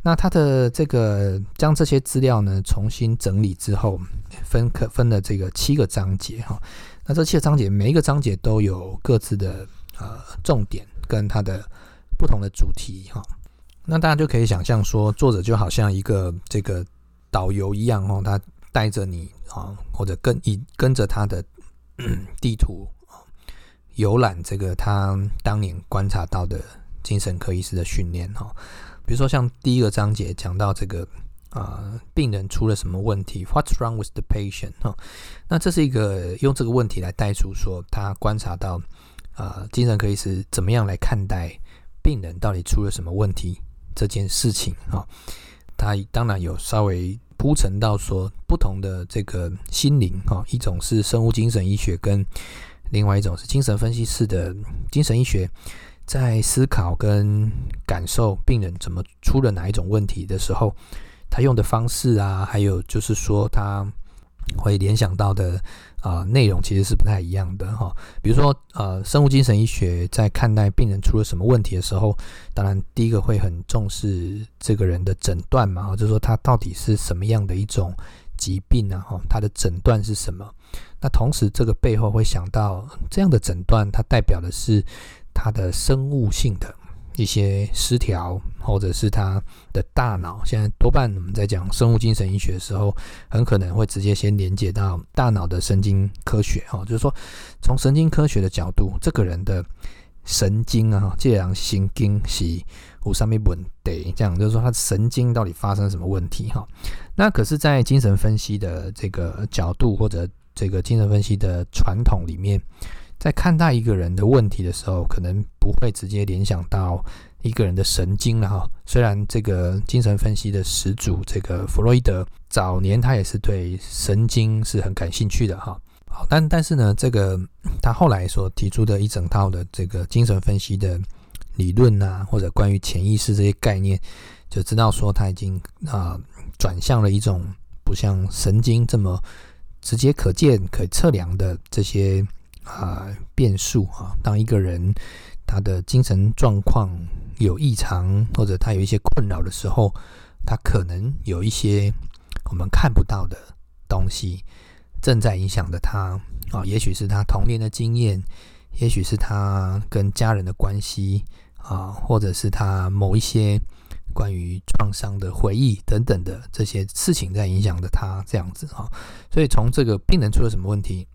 那他的这个将这些资料呢重新整理之后，分分了这个七个章节哈。那这七个章节每一个章节都有各自的呃重点跟它的不同的主题哈。那大家就可以想象说，作者就好像一个这个导游一样哈，他带着你啊，或者跟跟着他的地图游览这个他当年观察到的精神科医师的训练哈。比如说像第一个章节讲到这个呃病人出了什么问题 ，What's wrong with the patient？ 哈，那这是一个用这个问题来带出说他观察到呃精神科医师怎么样来看待病人到底出了什么问题这件事情哈。他当然有稍微铺陈到说不同的这个心灵哈，一种是生物精神医学跟另外一种是精神分析式的精神医学。在思考跟感受病人怎么出了哪一种问题的时候，他用的方式啊，还有就是说他会联想到的呃内容其实是不太一样的哈。比如说呃生物精神医学在看待病人出了什么问题的时候，当然第一个会很重视这个人的诊断嘛，就是说他到底是什么样的一种疾病啊，他的诊断是什么。那同时这个背后会想到这样的诊断它代表的是他的生物性的一些失调，或者是他的大脑。现在多半我们在讲生物精神医学的时候，很可能会直接先连接到大脑的神经科学，就是说从神经科学的角度，这个人的神经啊，这样神经是有什么问题，这样就是说他神经到底发生什么问题。那可是在精神分析的这个角度，或者这个精神分析的传统里面，在看待一个人的问题的时候，可能不会直接联想到一个人的神经了哈。虽然这个精神分析的始祖这个弗洛伊德早年他也是对神经是很感兴趣的哈。好，但但是呢，这个他后来所提出的一整套的这个精神分析的理论啊，或者关于潜意识这些概念，就知道说他已经啊、呃、转向了一种不像神经这么直接可见、可测量的这些。啊、呃，变数啊，当一个人他的精神状况有异常，或者他有一些困扰的时候，他可能有一些我们看不到的东西正在影响着他啊，也许是他童年的经验，也许是他跟家人的关系啊，或者是他某一些关于创伤的回忆等等的这些事情在影响着他这样子啊。所以从这个病人出了什么问题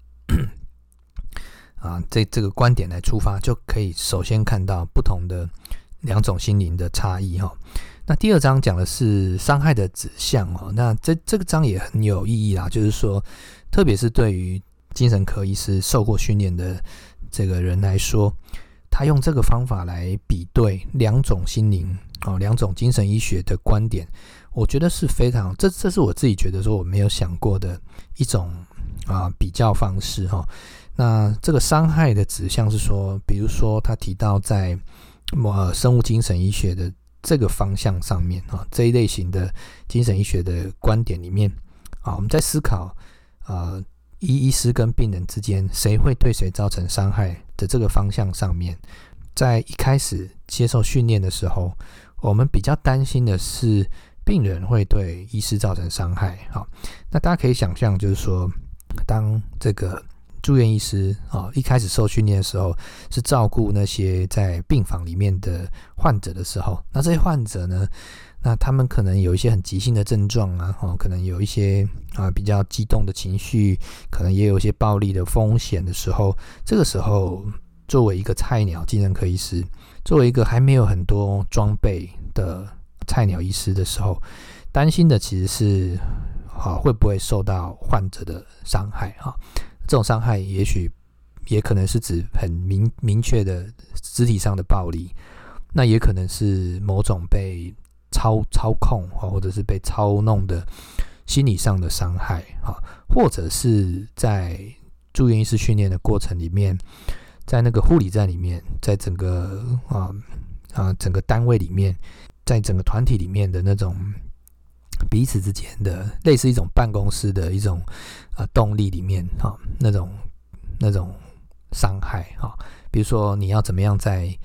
啊，这这个观点来出发，就可以首先看到不同的两种心灵的差异哈。那第二章讲的是伤害的指向哦，那这这个章也很有意义啦，就是说，特别是对于精神科医师受过训练的这个人来说，他用这个方法来比对两种心灵哦，两种精神医学的观点，我觉得是非常，这这是我自己觉得说我没有想过的一种啊比较方式哈。那这个伤害的指向是说，比如说他提到在呃生物精神医学的这个方向上面啊，这一类型的精神医学的观点里面啊，我们在思考呃医医师跟病人之间谁会对谁造成伤害的这个方向上面，在一开始接受训练的时候，我们比较担心的是病人会对医师造成伤害。好，那大家可以想象，就是说当这个住院医师、哦、一开始受训练的时候是照顾那些在病房里面的患者的时候，那这些患者呢，那他们可能有一些很急性的症状啊，哦、可能有一些、啊、比较激动的情绪，可能也有一些暴力的风险的时候，这个时候作为一个菜鸟精神科医师，作为一个还没有很多装备的菜鸟医师的时候，担心的其实是、啊、会不会受到患者的伤害、啊这种伤害也许也可能是指很 明, 明确的肢体上的暴力，那也可能是某种被 操, 操控或者是被操弄的心理上的伤害，或者是在住院医师训练的过程里面，在那个护理站里面，在整个、啊啊、整个单位里面，在整个团体里面的那种彼此之间的类似一种办公室的一种、呃、动力里面、哦、那种那种伤害、哦、比如说你要怎么样在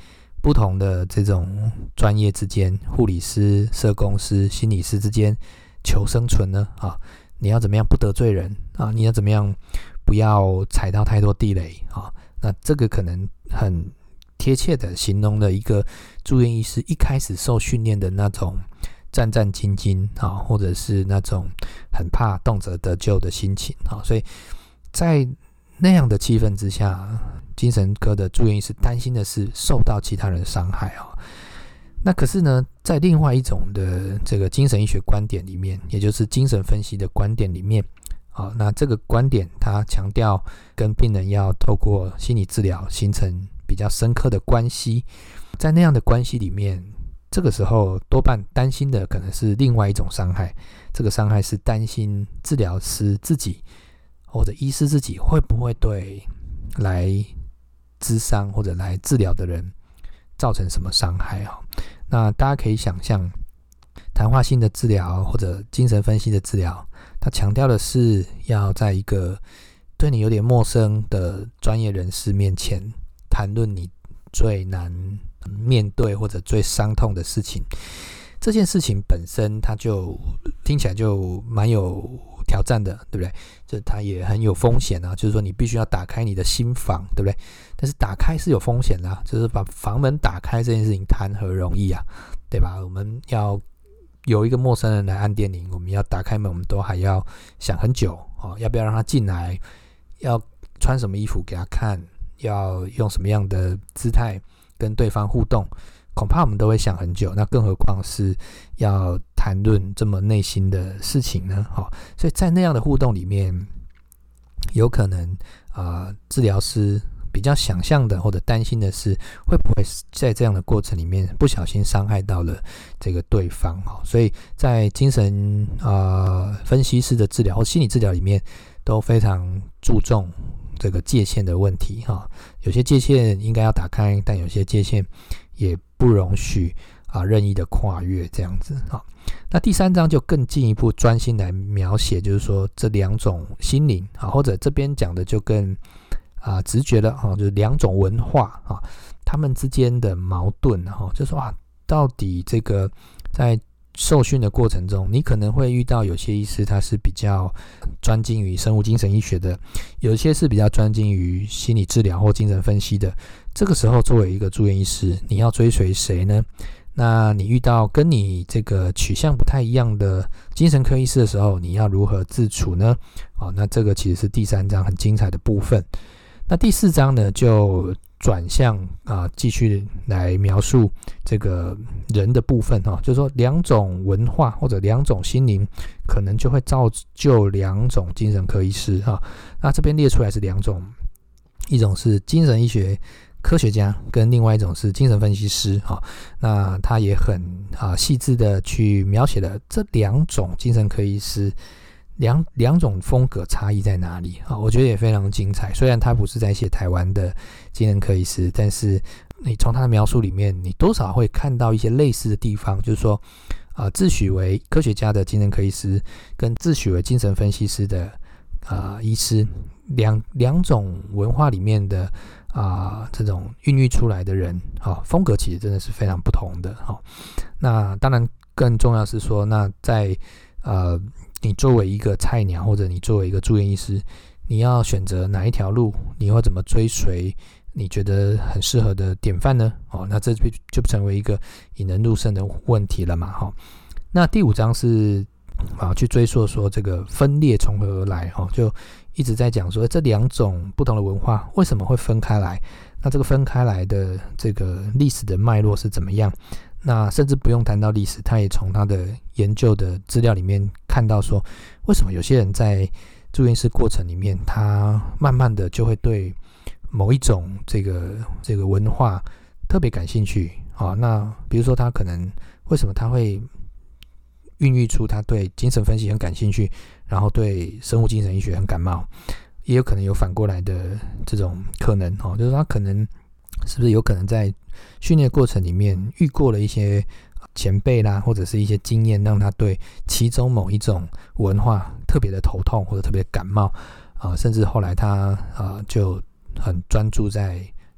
不同的这种专业之间，护理师、社工师、心理师之间求生存呢？啊，你要怎么样不得罪人啊？你要怎么样不要踩到太多地雷啊？那这个可能很贴切的形容了一个住院医师一开始受训练的那种战战兢兢啊，或者是那种很怕动辄得咎的心情啊。所以在那样的气氛之下，精神科的住院医师担心的是受到其他人伤害啊。那可是呢，在另外一种的这个精神医学观点里面，也就是精神分析的观点里面啊，那这个观点它强调跟病人要透过心理治疗形成比较深刻的关系，在那样的关系里面，这个时候多半担心的可能是另外一种伤害，这个伤害是担心治疗师自己或者医师自己会不会对来咨商或者来治疗的人造成什么伤害啊？那大家可以想象，谈话性的治疗或者精神分析的治疗，它强调的是要在一个对你有点陌生的专业人士面前谈论你最难面对或者最伤痛的事情。这件事情本身它就听起来就蛮有挑战的，对不对？就它也很有风险啊，就是说你必须要打开你的心房，对不对？但是打开是有风险的啊，就是把房门打开这件事情谈何容易啊，对吧？我们要有一个陌生人来按电铃，我们要打开门，我们都还要想很久哦，要不要让他进来？要穿什么衣服给他看？要用什么样的姿态跟对方互动？恐怕我们都会想很久，那更何况是要谈论这么内心的事情呢？哦，所以在那样的互动里面，有可能呃，治疗师比较想象的或者担心的是，会不会在这样的过程里面不小心伤害到了这个对方？哦，所以在精神呃分析师的治疗或心理治疗里面，都非常注重这个界限的问题哈。有些界限应该要打开，但有些界限也不容许啊任意的跨越这样子啊。那第三章就更进一步专心来描写，就是说这两种心灵啊，或者这边讲的就更啊直觉了啊，就是两种文化啊，他们之间的矛盾哈，就是说啊，到底这个在受训的过程中，你可能会遇到有些医师他是比较专精于生物精神医学的，有些是比较专精于心理治疗或精神分析的。这个时候作为一个住院医师，你要追随谁呢？那你遇到跟你这个取向不太一样的精神科医师的时候，你要如何自处呢？哦，那这个其实是第三章很精彩的部分。那第四章呢，就转向啊，继续来描述这个人的部分哈，就是说两种文化或者两种心灵，可能就会造就两种精神科医师哈。那这边列出来是两种，一种是精神医学科学家，跟另外一种是精神分析师哈。那他也很啊细致的去描写了这两种精神科医师。两两种风格差异在哪里啊？我觉得也非常精彩。虽然他不是在写台湾的精神科医师，但是你从他的描述里面，你多少会看到一些类似的地方。就是说，啊、呃，自诩为科学家的精神科医师，跟自诩为精神分析师的啊、呃、医师，两两种文化里面的啊、呃、这种孕育出来的人，啊、哦，风格其实真的是非常不同的。哈、哦，那当然更重要是说，那在呃。你作为一个菜鸟，或者你作为一个住院医师，你要选择哪一条路？你会怎么追随你觉得很适合的典范呢？哦，那这就成为一个引人入胜的问题了嘛。哈、哦，那第五章是啊去追溯说这个分裂从何而来？哈、哦，就一直在讲说这两种不同的文化为什么会分开来？那这个分开来的这个历史的脉络是怎么样？那甚至不用谈到历史，他也从他的研究的资料里面看到说，为什么有些人在住院医师过程里面，他慢慢的就会对某一种这个这个文化特别感兴趣啊。那比如说他可能为什么他会孕育出他对精神分析很感兴趣，然后对生物精神医学很感冒，也有可能有反过来的这种可能哦，就是他可能是不是有可能在训练过程里面遇过了一些前辈啦，或者是一些经验，让他对其中某一种文化特别的头痛或者特别感冒啊、呃，甚至后来他啊、呃、就很专注在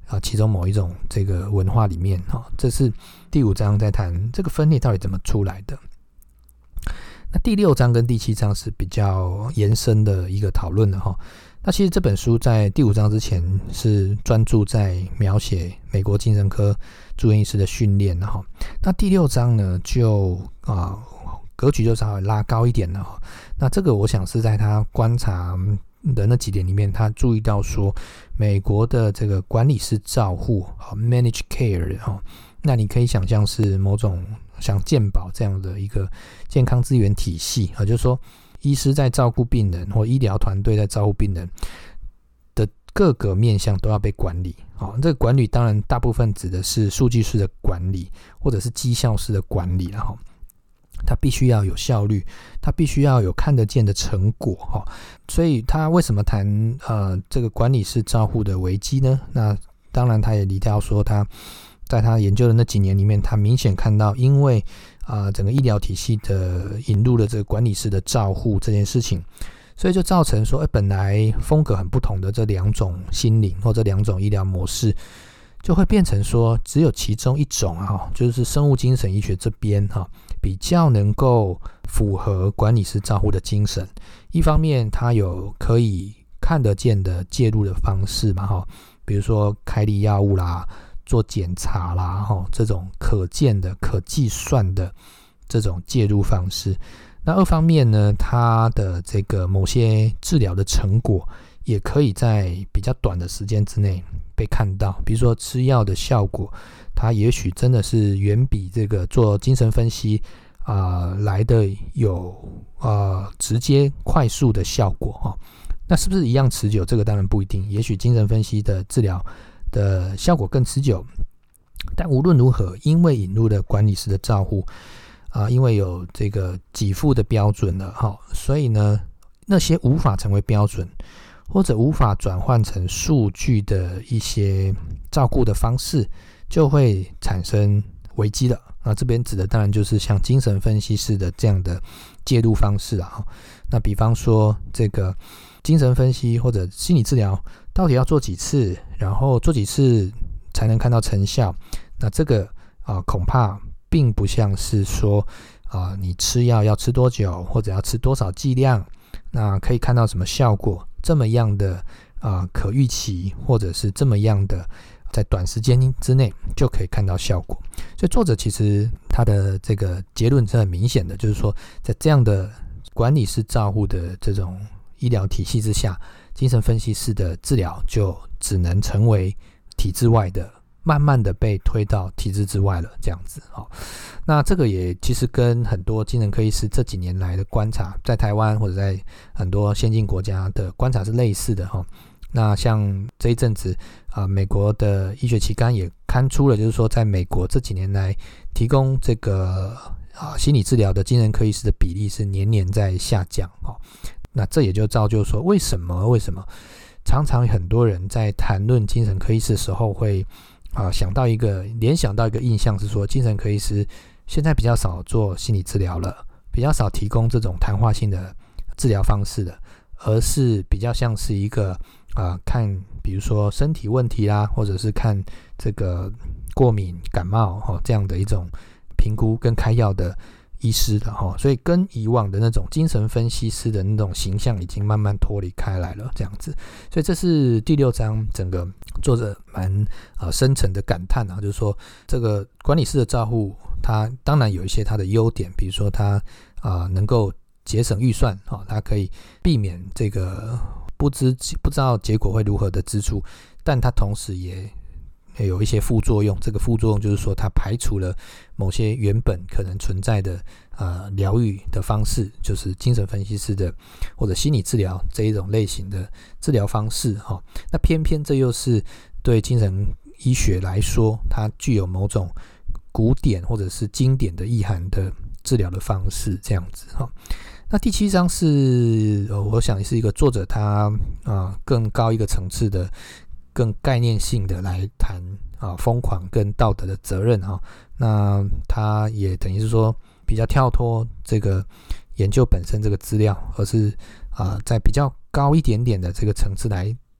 啊其中某一种这个文化里面哈。这是第五章在谈这个分裂到底怎么出来的。那第六章跟第七章是比较延伸的一个讨论的哈。那其实这本书在第五章之前是专注在描写美国精神科住院医师的训练哈。那第六章呢就啊格局就稍微拉高一点了哈。那这个我想是在他观察的那几点里面，他注意到说美国的这个管理式照护 managed care 哈，那你可以想象是某种像健保这样的一个健康资源体系啊，就是说医师在照顾病人或医疗团队在照顾病人的各个面向都要被管理。好，这个管理当然大部分指的是数据式的管理或者是绩效式的管理，然后它必须要有效率，它必须要有看得见的成果。所以他为什么谈呃这个管理式照护的危机呢？那当然他也提到说，他在他研究的那几年里面，他明显看到因为呃整个医疗体系的引入了这个管理式的照护这件事情，所以就造成说，欸、本来风格很不同的这两种心灵或这两种医疗模式，就会变成说只有其中一种啊，就是生物精神医学这边哈、啊，比较能够符合管理式照护的精神。一方面它有可以看得见的介入的方式嘛哈，比如说开立药物啦，做检查啦哈，这种可见的可计算的这种介入方式。那二方面呢，它的这个某些治疗的成果也可以在比较短的时间之内被看到，比如说吃药的效果，它也许真的是远比这个做精神分析啊、呃、来的有呃直接快速的效果哈、哦。那是不是一样持久？这个当然不一定，也许精神分析的治疗的效果更持久。但无论如何，因为引入了管理式的照护啊、呃，因为有这个给付的标准了哈、哦，所以呢，那些无法成为标准或者无法转换成数据的一些照顾的方式，就会产生危机了。那这边指的当然就是像精神分析式的这样的介入方式啊。那比方说这个精神分析或者心理治疗到底要做几次，然后做几次才能看到成效，那这个啊、呃、恐怕并不像是说啊、呃、你吃药要吃多久或者要吃多少剂量，那可以看到什么效果，这么样的啊、呃、可预期，或者是这么样的在短时间之内就可以看到效果。所以作者其实他的这个结论是很明显的，就是说在这样的管理式照护的这种医疗体系之下，精神分析式的治疗就只能成为体制外的，慢慢的被推到体制之外了这样子。那这个也其实跟很多精神科医师这几年来的观察，在台湾或者在很多先进国家的观察是类似的。那像这一阵子啊，美国的医学期刊也刊出了，就是说在美国这几年来提供这个啊心理治疗的精神科医师的比例是年年在下降。那这也就造就说，为什么为什么常常很多人在谈论精神科医师的时候会啊想到一个联想到一个印象是说，精神科医师现在比较少做心理治疗了，比较少提供这种谈话性的治疗方式的，而是比较像是一个啊看比如说身体问题啦，或者是看这个过敏感冒、哦、这样的一种评估跟开药的医师的、哦、所以跟以往的那种精神分析师的那种形象已经慢慢脱离开来了这样子。所以这是第六章整个作者蛮、呃、深层的感叹啊，就是说这个管理式的照护它当然有一些它的优点，比如说它、呃、能够节省预算、哦、它可以避免这个不知不知道结果会如何的支出，但它同时也有一些副作用。这个副作用就是说，它排除了某些原本可能存在的呃疗愈的方式，就是精神分析师的或者心理治疗这一种类型的治疗方式、哦、那偏偏这又是对精神医学来说，它具有某种古典或者是经典的意涵的治疗的方式这样子、哦。那第七章是、呃、我想是一个作者他、呃、更高一个层次的更概念性的来谈啊疯狂跟道德的责任、哦、那他也等于是说比较跳脱这个研究本身这个资料，而是啊、呃、在比较高一点点的这个层次来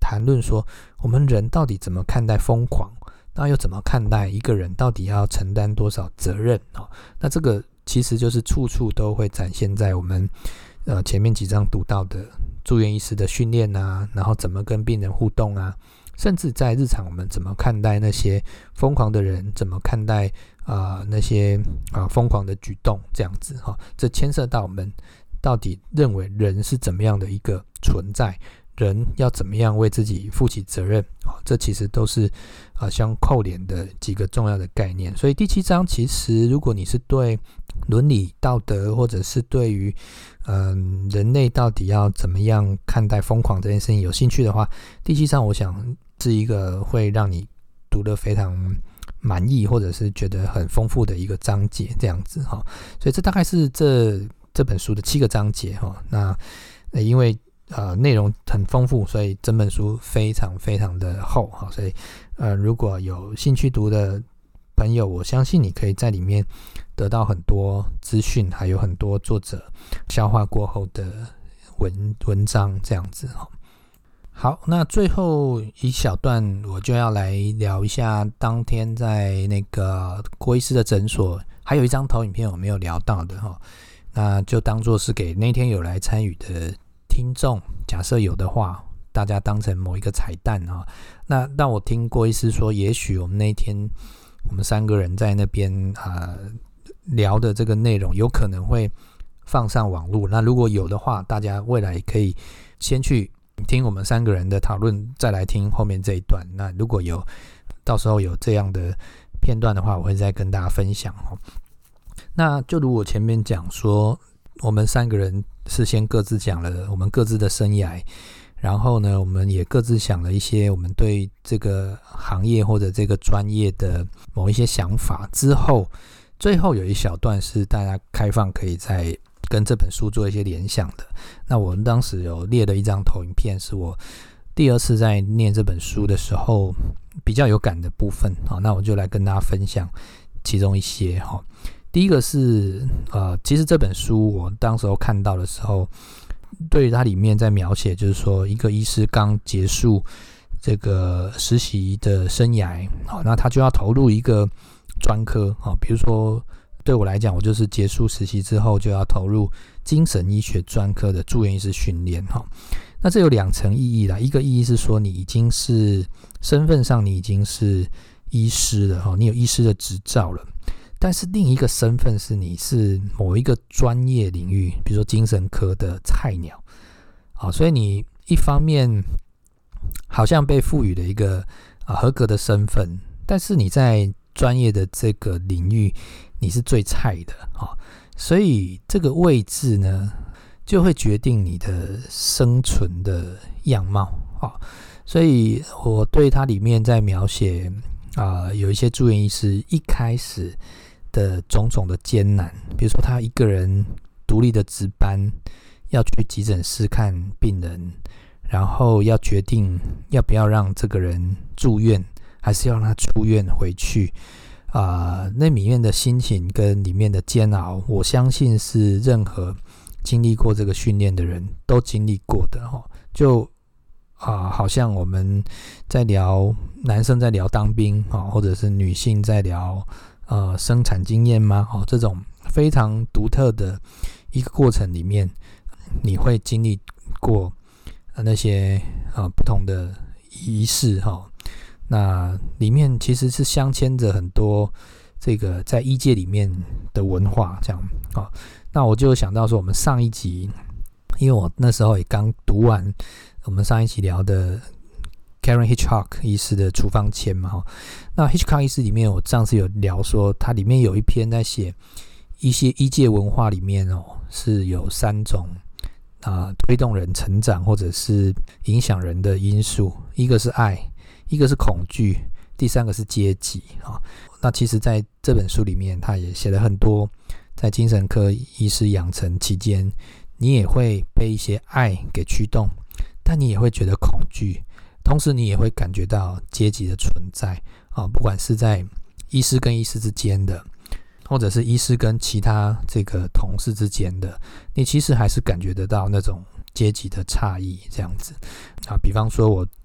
谈论说我们人到底怎么看待疯狂，那又怎么看待一个人到底要承担多少责任、哦、那这个其实就是处处都会展现在我们呃前面几章读到的住院医师的训练啊，然后怎么跟病人互动啊，甚至在日常我们怎么看待那些疯狂的人，怎么看待、呃、那些、呃、疯狂的举动，这样子、哦、这牵涉到我们到底认为人是怎么样的一个存在，人要怎么样为自己负起责任、哦、这其实都是、呃、相扣连的几个重要的概念。所以第七章其实如果你是对伦理道德，或者是对于、呃、人类到底要怎么样看待疯狂这件事情有兴趣的话，第七章我想是一个会让你读得非常满意，或者是觉得很丰富的一个章节这样子、哦、所以这大概是这这本书的七个章节、哦、那因为呃内容很丰富，所以整本书非常非常的厚、哦、所以呃如果有兴趣读的朋友，我相信你可以在里面得到很多资讯，还有很多作者消化过后的 文, 文章这样子、哦、好，那最后一小段我就要来聊一下当天在那个郭医师的诊所还有一张投影片我没有聊到的、哦、那就当作是给那天有来参与的听众，假设有的话大家当成某一个彩蛋、哦、那但我听郭医师说也许我们那天我们三个人在那边、呃、聊的这个内容有可能会放上网络，那如果有的话大家未来可以先去听我们三个人的讨论，再来听后面这一段，那如果有到时候有这样的片段的话我会再跟大家分享、哦、那就如我前面讲说，我们三个人是先各自讲了我们各自的生涯，然后呢我们也各自想了一些我们对这个行业或者这个专业的某一些想法，之后最后有一小段是大家开放可以再跟这本书做一些联想的。那我们当时有列了一张投影片，是我第二次在念这本书的时候比较有感的部分，好，那我就来跟大家分享其中一些。第一个是呃，其实这本书我当时候看到的时候，对于它里面在描写就是说一个医师刚结束这个实习的生涯，好，那他就要投入一个专科，好，比如说对我来讲，我就是结束实习之后就要投入精神医学专科的住院医师训练。那这有两层意义啦，一个意义是说你已经是身份上你已经是医师了，你有医师的执照了，但是另一个身份是你是某一个专业领域，比如说精神科的菜鸟，好，所以你一方面好像被赋予了一个、呃、合格的身份，但是你在专业的这个领域你是最菜的、哦、所以这个位置呢就会决定你的生存的样貌、哦、所以我对它里面在描写、呃、有一些住院医师一开始的种种的艰难，比如说他一个人独立的值班，要去急诊室看病人，然后要决定要不要让这个人住院，还是要让他出院回去、呃、那里面的心情跟里面的煎熬，我相信是任何经历过这个训练的人都经历过的、哦、就、呃、好像我们在聊男生在聊当兵、哦、或者是女性在聊呃，生产经验吗、哦、这种非常独特的一个过程里面，你会经历过、呃、那些、呃、不同的仪式、哦、那里面其实是镶嵌着很多这个在医界里面的文化这样、哦、那我就想到说我们上一集，因为我那时候也刚读完我们上一集聊的Karen Hitchcock 医师的处方签嘛，那 Hitchcock 医师里面我上次有聊说，它里面有一篇在写一些医界文化里面哦，是有三种、呃、推动人成长或者是影响人的因素，一个是爱，一个是恐惧，第三个是阶级、哦、那其实在这本书里面他也写了很多，在精神科医师养成期间，你也会被一些爱给驱动，但你也会觉得恐惧，同时你也会感觉到阶级的存在、哦、不管是在医师跟医师之间的，或者是医师跟其他这个同事之间的，你其实还是感觉得到那种阶级的差异这样子啊。比方说我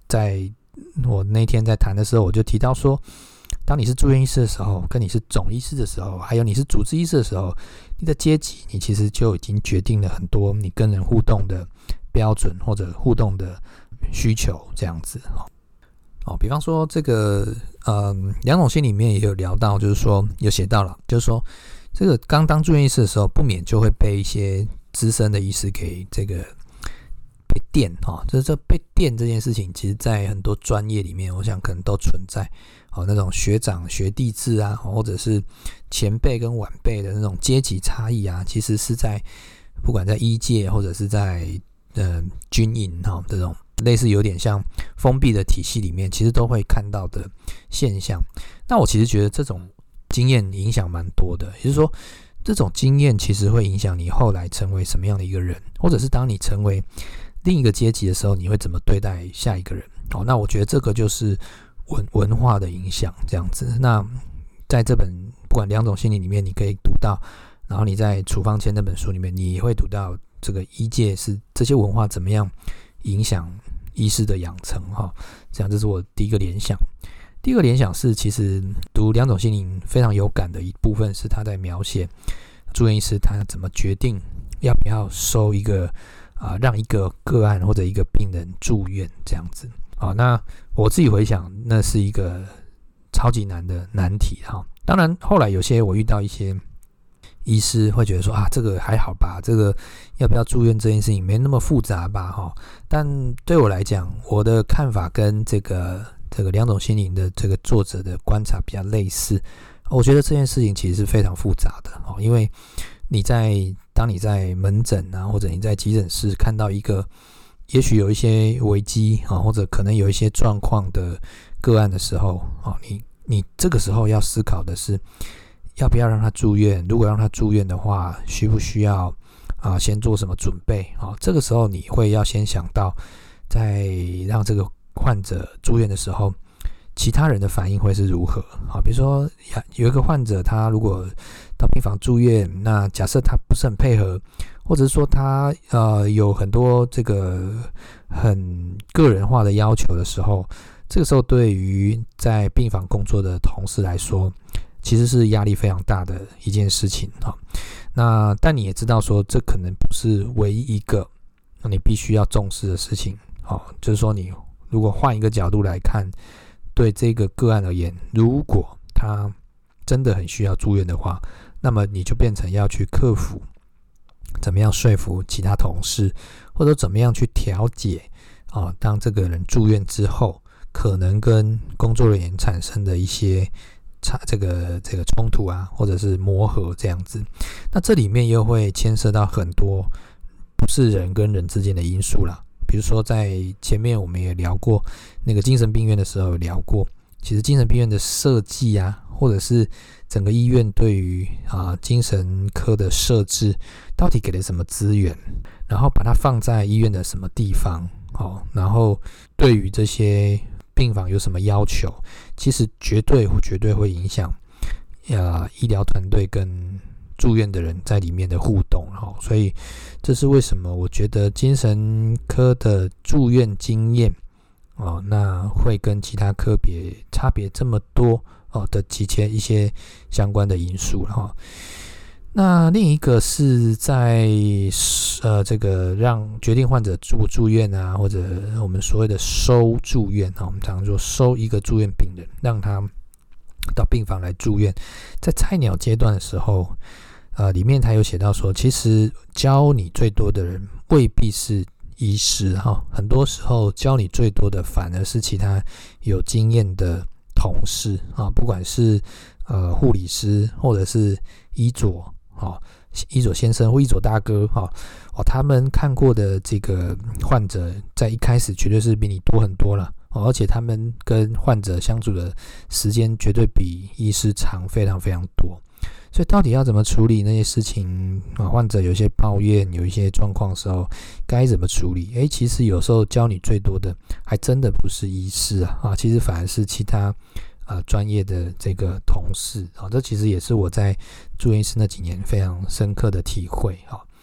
在我那天在谈的时候，我就提到说，当你是住院医师的时候，跟你是总医师的时候，还有你是主治医师的时候，你的阶级你其实就已经决定了很多你跟人互动的标准或者互动的需求这样子。哦，比方说这个呃梁总心里面也有聊到，就是说有写到了，就是说这个刚当住院医师的时候，不免就会被一些资深的医师给这个被电哈，就是这被电这件事情，其实在很多专业里面，我想可能都存在。哦，那种学长学弟制啊，或者是前辈跟晚辈的那种阶级差异啊，其实是在不管在医界或者是在呃军营哈这种类似有点像封闭的体系里面，其实都会看到的现象。那我其实觉得这种经验影响蛮多的，也就是说，这种经验其实会影响你后来成为什么样的一个人，或者是当你成为另一个阶级的时候，你会怎么对待下一个人。哦，那我觉得这个就是文文化的影响这样子。那在这本不管两种心理里面，你可以读到，然后你在处方签那本书里面，你也会读到这个医界是这些文化怎么样影响医师的养成哈。这样，这是我第一个联想。第二个联想是，其实读两种心理非常有感的一部分是他在描写住院医师他怎么决定要不要收一个啊、呃、让一个个案或者一个病人住院这样子。好，那我自己回想，那是一个超级难的难题哈。当然，后来有些我遇到一些医师会觉得说啊，这个还好吧，这个要不要住院这件事情没那么复杂吧哈。但对我来讲，我的看法跟这个这个两种心灵的这个作者的观察比较类似。我觉得这件事情其实是非常复杂的哦，因为你在当你在门诊啊，或者你在急诊室看到一个也许有一些危机啊，或者可能有一些状况的个案的时候啊，你你这个时候要思考的是，要不要让他住院？如果让他住院的话，需不需要啊先做什么准备啊？这个时候你会要先想到，在让这个患者住院的时候，其他人的反应会是如何啊？比如说有一个患者，他如果到病房住院，那假设他不是很配合，或者是说他呃有很多这个很个人化的要求的时候，这个时候对于在病房工作的同事来说，其实是压力非常大的一件事情哈。那但你也知道说，这可能不是唯一一个你必须要重视的事情。好，就是说你如果换一个角度来看，对这个个案而言，如果他真的很需要住院的话，那么你就变成要去克服怎么样说服其他同事，或者怎么样去调解啊，当这个人住院之后，可能跟工作人员产生的一些这个这个冲突啊，或者是磨合这样子。那这里面又会牵涉到很多不是人跟人之间的因素啦。比如说在前面我们也聊过那个精神病院的时候有聊过，其实精神病院的设计啊，或者是整个医院对于啊精神科的设置到底给了什么资源，然后把它放在医院的什么地方，哦，然后对于这些病房有什么要求，其实绝对绝对会影响呃医疗团队跟住院的人在里面的互动，哦，所以这是为什么我觉得精神科的住院经验哦，那会跟其他科别差别这么多哦的几些一些相关的因素了哈。那另一个是在呃这个让决定患者住不住院啊，或者我们所谓的收住院啊，我们常常说收一个住院病人，让他到病房来住院。在菜鸟阶段的时候，呃，里面他有写到说，其实教你最多的人未必是医师哈，很多时候教你最多的反而是其他有经验的同事啊，不管是呃护理师或者是医佐啊，医佐先生或医佐大哥哈，哦，他们看过的这个患者，在一开始绝对是比你多很多了，哦，而且他们跟患者相处的时间绝对比医师长非常非常多。所以到底要怎么处理那些事情啊？患者有些抱怨，有一些状况的时候，该怎么处理？诶，其实有时候教你最多的，还真的不是医师啊，啊，其实反而是其他呃专业的这个同事啊。这其实也是我在住院医师那几年非常深刻的体会啊。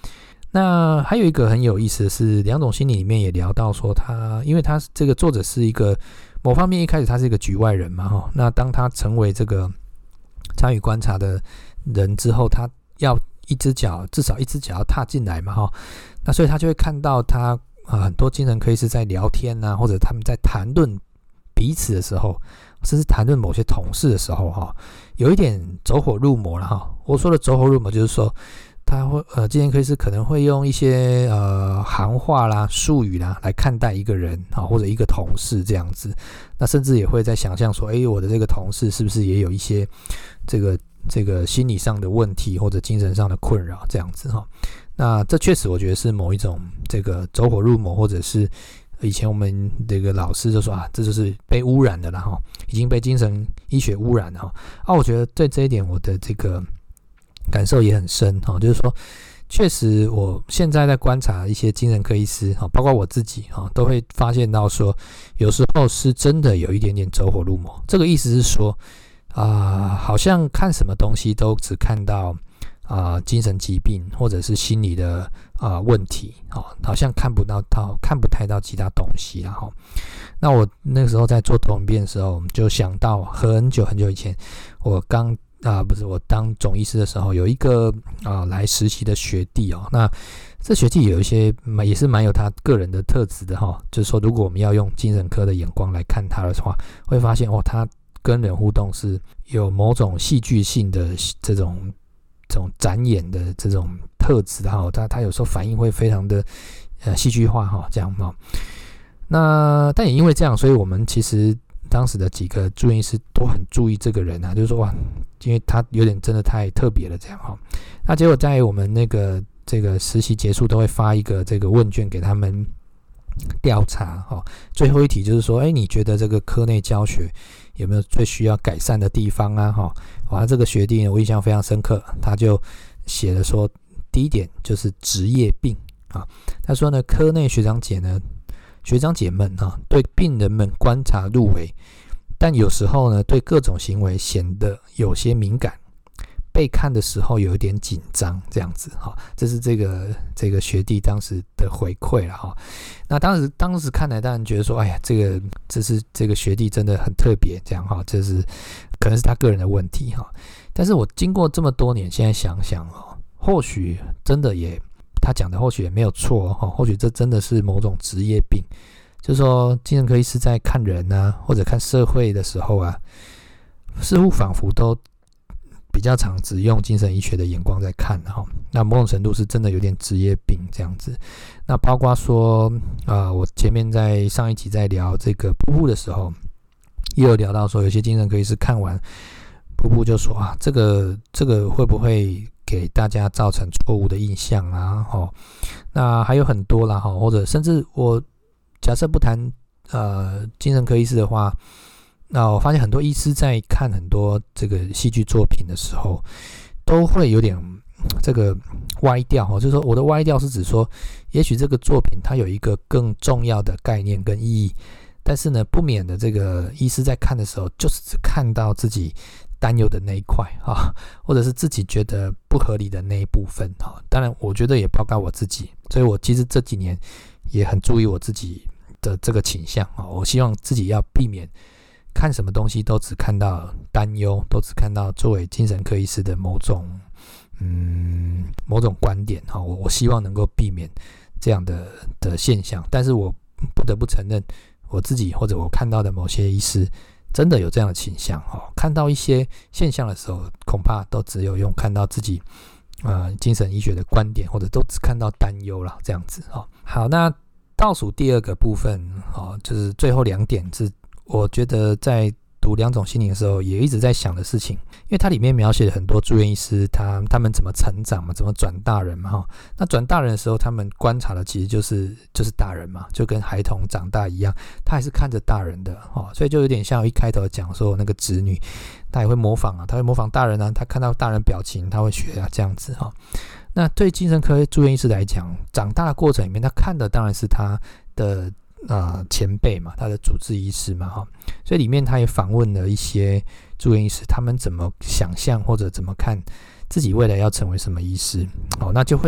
那还有一个很有意思的是，两种心理里面也聊到说他，因为他这个作者是一个某方面一开始他是一个局外人嘛，那当他成为这个参与观察的人之后，他要一只脚至少一只脚要踏进来嘛，那所以他就会看到他、呃、很多精神科医师在聊天啊，或者他们在谈论彼此的时候，甚至谈论某些同事的时候，有一点走火入魔了。我说的走火入魔就是说他会呃，精神科医师可能会用一些呃行话啦、术语啦来看待一个人啊，或者一个同事这样子。那甚至也会在想象说，哎，我的这个同事是不是也有一些这个这个心理上的问题或者精神上的困扰这样子哈。那这确实我觉得是某一种这个走火入魔，或者是以前我们这个老师就说啊，这就是被污染的啦哈，已经被精神医学污染了哈。啊，我觉得对这一点我的这个感受也很深哈，就是说，确实我现在在观察一些精神科医师哈，包括我自己哈，都会发现到说，有时候是真的有一点点走火入魔。这个意思是说，啊、呃，好像看什么东西都只看到啊、呃、精神疾病或者是心理的啊、呃、问题，哦，好像看不到到看不太到其他东西啦哈。那我那个时候在做投影片的时候，就想到很久很久以前，我刚啊不是我当总医师的时候，有一个啊来实习的学弟哦，那这学弟有一些也是蛮有他个人的特质的哈，就是说如果我们要用精神科的眼光来看他的话，会发现哦，他跟人互动是有某种戏剧性的这种这种展演的这种特质哈，他他有时候反应会非常的呃戏剧化哈，这样哈。那但也因为这样，所以我们其实当时的几个住院医师都很注意这个人啊，就是说哇，因为他有点真的太特别了这样哈。那结果在我们那个这个实习结束都会发一个这个问卷给他们调查哈。最后一题就是说，哎，你觉得这个科内教学有没有最需要改善的地方啊？哈，哇，这个学弟呢我印象非常深刻，他就写了说，第一点就是职业病啊。他说呢，科内学长姐呢。学长姐们啊，对病人们观察入微，但有时候呢，对各种行为显得有些敏感，被看的时候有一点紧张，这样子哈，这是这个这个学弟当时的回馈了哈。那当时当时看来，当然觉得说，哎呀，这个这是这个学弟真的很特别，这样哈，这是可能是他个人的问题哈。但是我经过这么多年，现在想想哦，或许真的也。他讲的或许也没有错，或许这真的是某种职业病，就是说精神科医师在看人啊，或者看社会的时候啊，似乎仿佛都比较常只用精神医学的眼光在看，那某种程度是真的有点职业病这样子。那包括说、呃、我前面在上一集在聊这个瀑布的时候，也有聊到说有些精神科医师看完瀑布就说啊，这个这个会不会给大家造成错误的印象啊？哦，那还有很多啦，或者甚至我假设不谈呃精神科医师的话，那我发现很多医师在看很多这个戏剧作品的时候，都会有点这个歪掉，就是说我的歪掉是指说，也许这个作品它有一个更重要的概念跟意义，但是呢，不免的这个医师在看的时候，就是只看到自己担忧的那一块啊，或者是自己觉得不合理的那一部分啊。当然，我觉得也包括我自己，所以我其实这几年也很注意我自己的这个倾向啊。我希望自己要避免看什么东西都只看到担忧，都只看到作为精神科医师的某种嗯某种观点啊。我我希望能够避免这样的的现象，但是我不得不承认，我自己或者我看到的某些医师。真的有这样的倾向，看到一些现象的时候，恐怕都只有用看到自己呃精神医学的观点，或者都只看到担忧啦，这样子。好，那倒数第二个部分，就是最后两点是我觉得在读两种心理的时候也一直在想的事情，因为它里面描写了很多住院医师他他们怎么成长嘛，怎么转大人嘛。那转大人的时候，他们观察的其实就是就是大人嘛，就跟孩童长大一样，他还是看着大人的，所以就有点像我一开头讲说那个侄女，他也会模仿啊，他会模仿大人啊，他看到大人表情他会学啊，这样子。那对精神科住院医师来讲，长大的过程里面，他看的当然是他的呃，前辈嘛，他的主治医师嘛，哈，所以里面他也访问了一些住院医师，他们怎么想象或者怎么看自己未来要成为什么医师，哦，那就会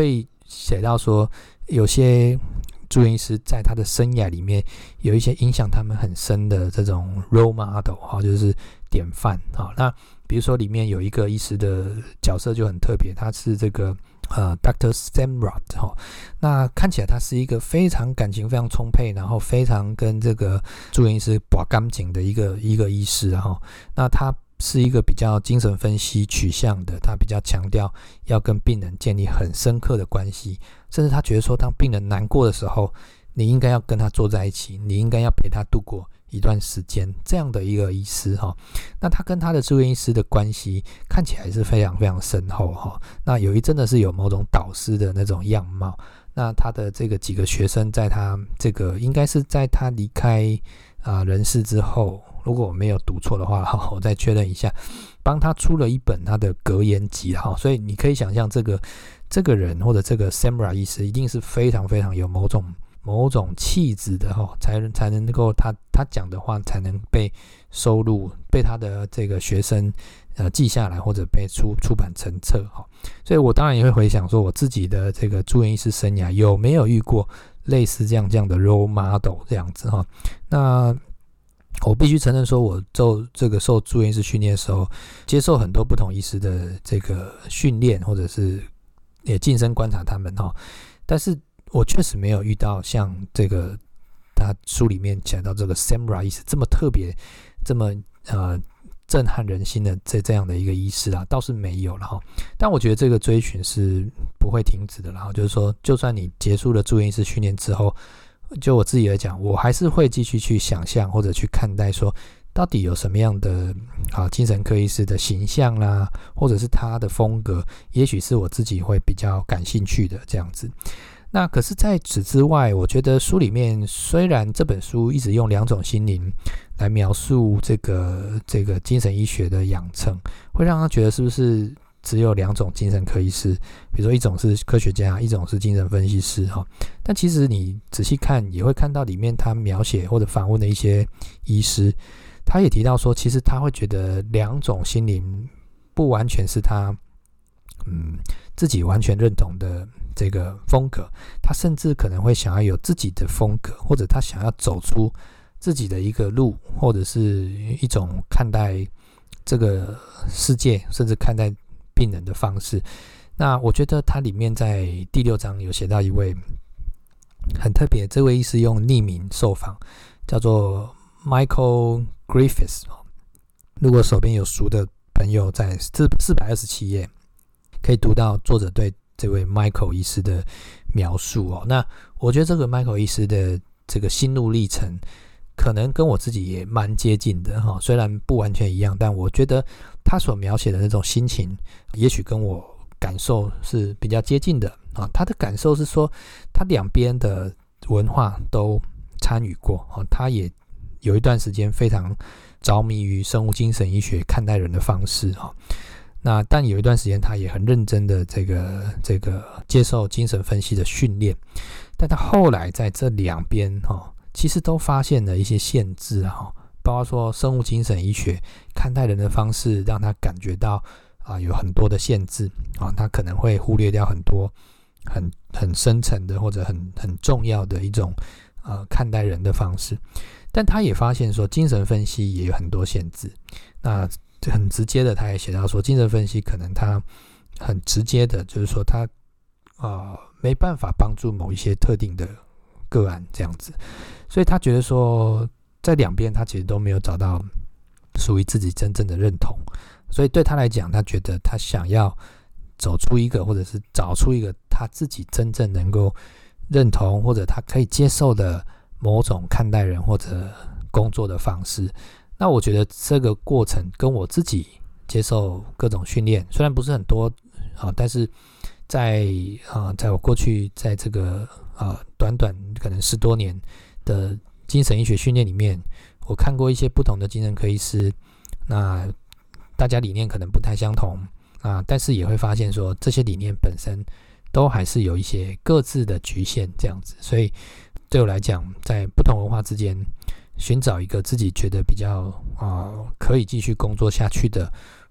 写到说，有些住院医师在他的生涯里面有一些影响他们很深的这种 role model， 就是典范。那比如说里面有一个医师的角色就很特别，他是这个呃 doctor Samrat， 那看起来他是一个非常感情非常充沛，然后非常跟这个住院医师把感情的一个一个医师。那他是一个比较精神分析取向的，他比较强调要跟病人建立很深刻的关系，甚至他觉得说当病人难过的时候，你应该要跟他坐在一起，你应该要陪他度过一段时间，这样的一个医师。那他跟他的住院医师的关系看起来是非常非常深厚，那有一真的是有某种导师的那种样貌。那他的这个几个学生在他这个应该是在他离开、呃、人世之后，如果我没有读错的话，我再确认一下，帮他出了一本他的格言集。所以你可以想象这个这个人或者这个 Samrat 医师一定是非常非常有某种某种气质的，才才能够他他讲的话才能被收录，被他的这个学生呃记下来，或者被出出版成册。所以我当然也会回想说，我自己的这个住院医师生涯有没有遇过类似这样这样的 role model 这样子。那我必须承认说，我做这个受住院医师训练的时候，接受很多不同医师的这个训练，或者是也近身观察他们，但是我确实没有遇到像这个他书里面讲到这个 Samrat 医师这么特别、这么呃震撼人心的这这样的一个医师啊，倒是没有了哈。但我觉得这个追寻是不会停止的啦，就是说，就算你结束了住院医师训练之后，就我自己来讲，我还是会继续去想象或者去看待说，到底有什么样的啊精神科医师的形象啦，或者是他的风格，也许是我自己会比较感兴趣的这样子。那可是在此之外，我觉得书里面虽然这本书一直用两种心灵来描述这个这个精神医学的养成，会让他觉得是不是只有两种精神科医师，比如说一种是科学家，一种是精神分析师。但其实你仔细看也会看到里面他描写或者访问的一些医师，他也提到说，其实他会觉得两种心灵不完全是他嗯自己完全认同的这个风格，他甚至可能会想要有自己的风格，或者他想要走出自己的一个路，或者是一种看待这个世界甚至看待病人的方式。那我觉得他里面在第六章有写到一位很特别，这位医师用匿名受访，叫做 Michael Griffiths。 如果手边有书的朋友，在四百二十七页可以读到作者对这位 Michael 医师的描述哦。那我觉得这个 Michael 医师的这个心路历程可能跟我自己也蛮接近的哈，虽然不完全一样，但我觉得他所描写的那种心情，也许跟我感受是比较接近的啊。他的感受是说，他两边的文化都参与过，他也有一段时间非常着迷于生物精神医学看待人的方式哈。那但有一段时间，他也很认真的这个这个接受精神分析的训练，但他后来在这两边哈，其实都发现了一些限制啊，包括说生物精神医学看待人的方式，让他感觉到啊有很多的限制啊，他可能会忽略掉很多很很深层的或者很很重要的一种呃看待人的方式。但他也发现说，精神分析也有很多限制。那很直接的，他也写到说，精神分析可能他很直接的，就是说他呃没办法帮助某一些特定的个案这样子。所以他觉得说，在两边他其实都没有找到属于自己真正的认同。所以对他来讲，他觉得他想要走出一个，或者是找出一个他自己真正能够认同，或者他可以接受的某种看待人或者工作的方式。那我觉得这个过程跟我自己接受各种训练，虽然不是很多啊，但是在啊，在我过去在这个啊短短可能十多年的精神医学训练里面，我看过一些不同的精神科医师，那大家理念可能不太相同啊，但是也会发现说，这些理念本身都还是有一些各自的局限这样子。所以对我来讲，在不同文化之间寻找一个自己觉得比较、呃、可以继续工作下去的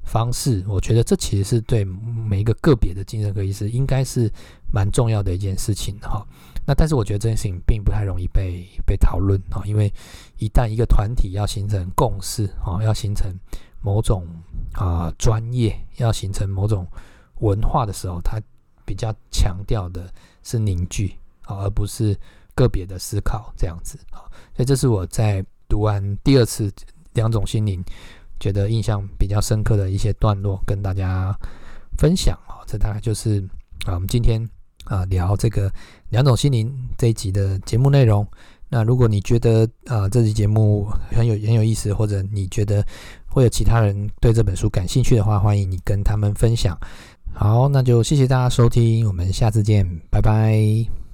方式，我觉得这其实是对每一个个别的精神科医师应该是蛮重要的一件事情哈。那但是我觉得这件事情并不太容易被被讨论哈，因为一旦一个团体要形成共识哈，要形成某种啊专业，要形成某种文化的时候，它比较强调的是凝聚啊，而不是个别的思考这样子啊。所以这是我在读完第二次两种心灵觉得印象比较深刻的一些段落跟大家分享。这大概就是啊我们今天啊聊这个两种心灵这一集的节目内容。那如果你觉得啊这集节目很有很有意思，或者你觉得会有其他人对这本书感兴趣的话，欢迎你跟他们分享。好，那就谢谢大家收听，我们下次见，拜拜。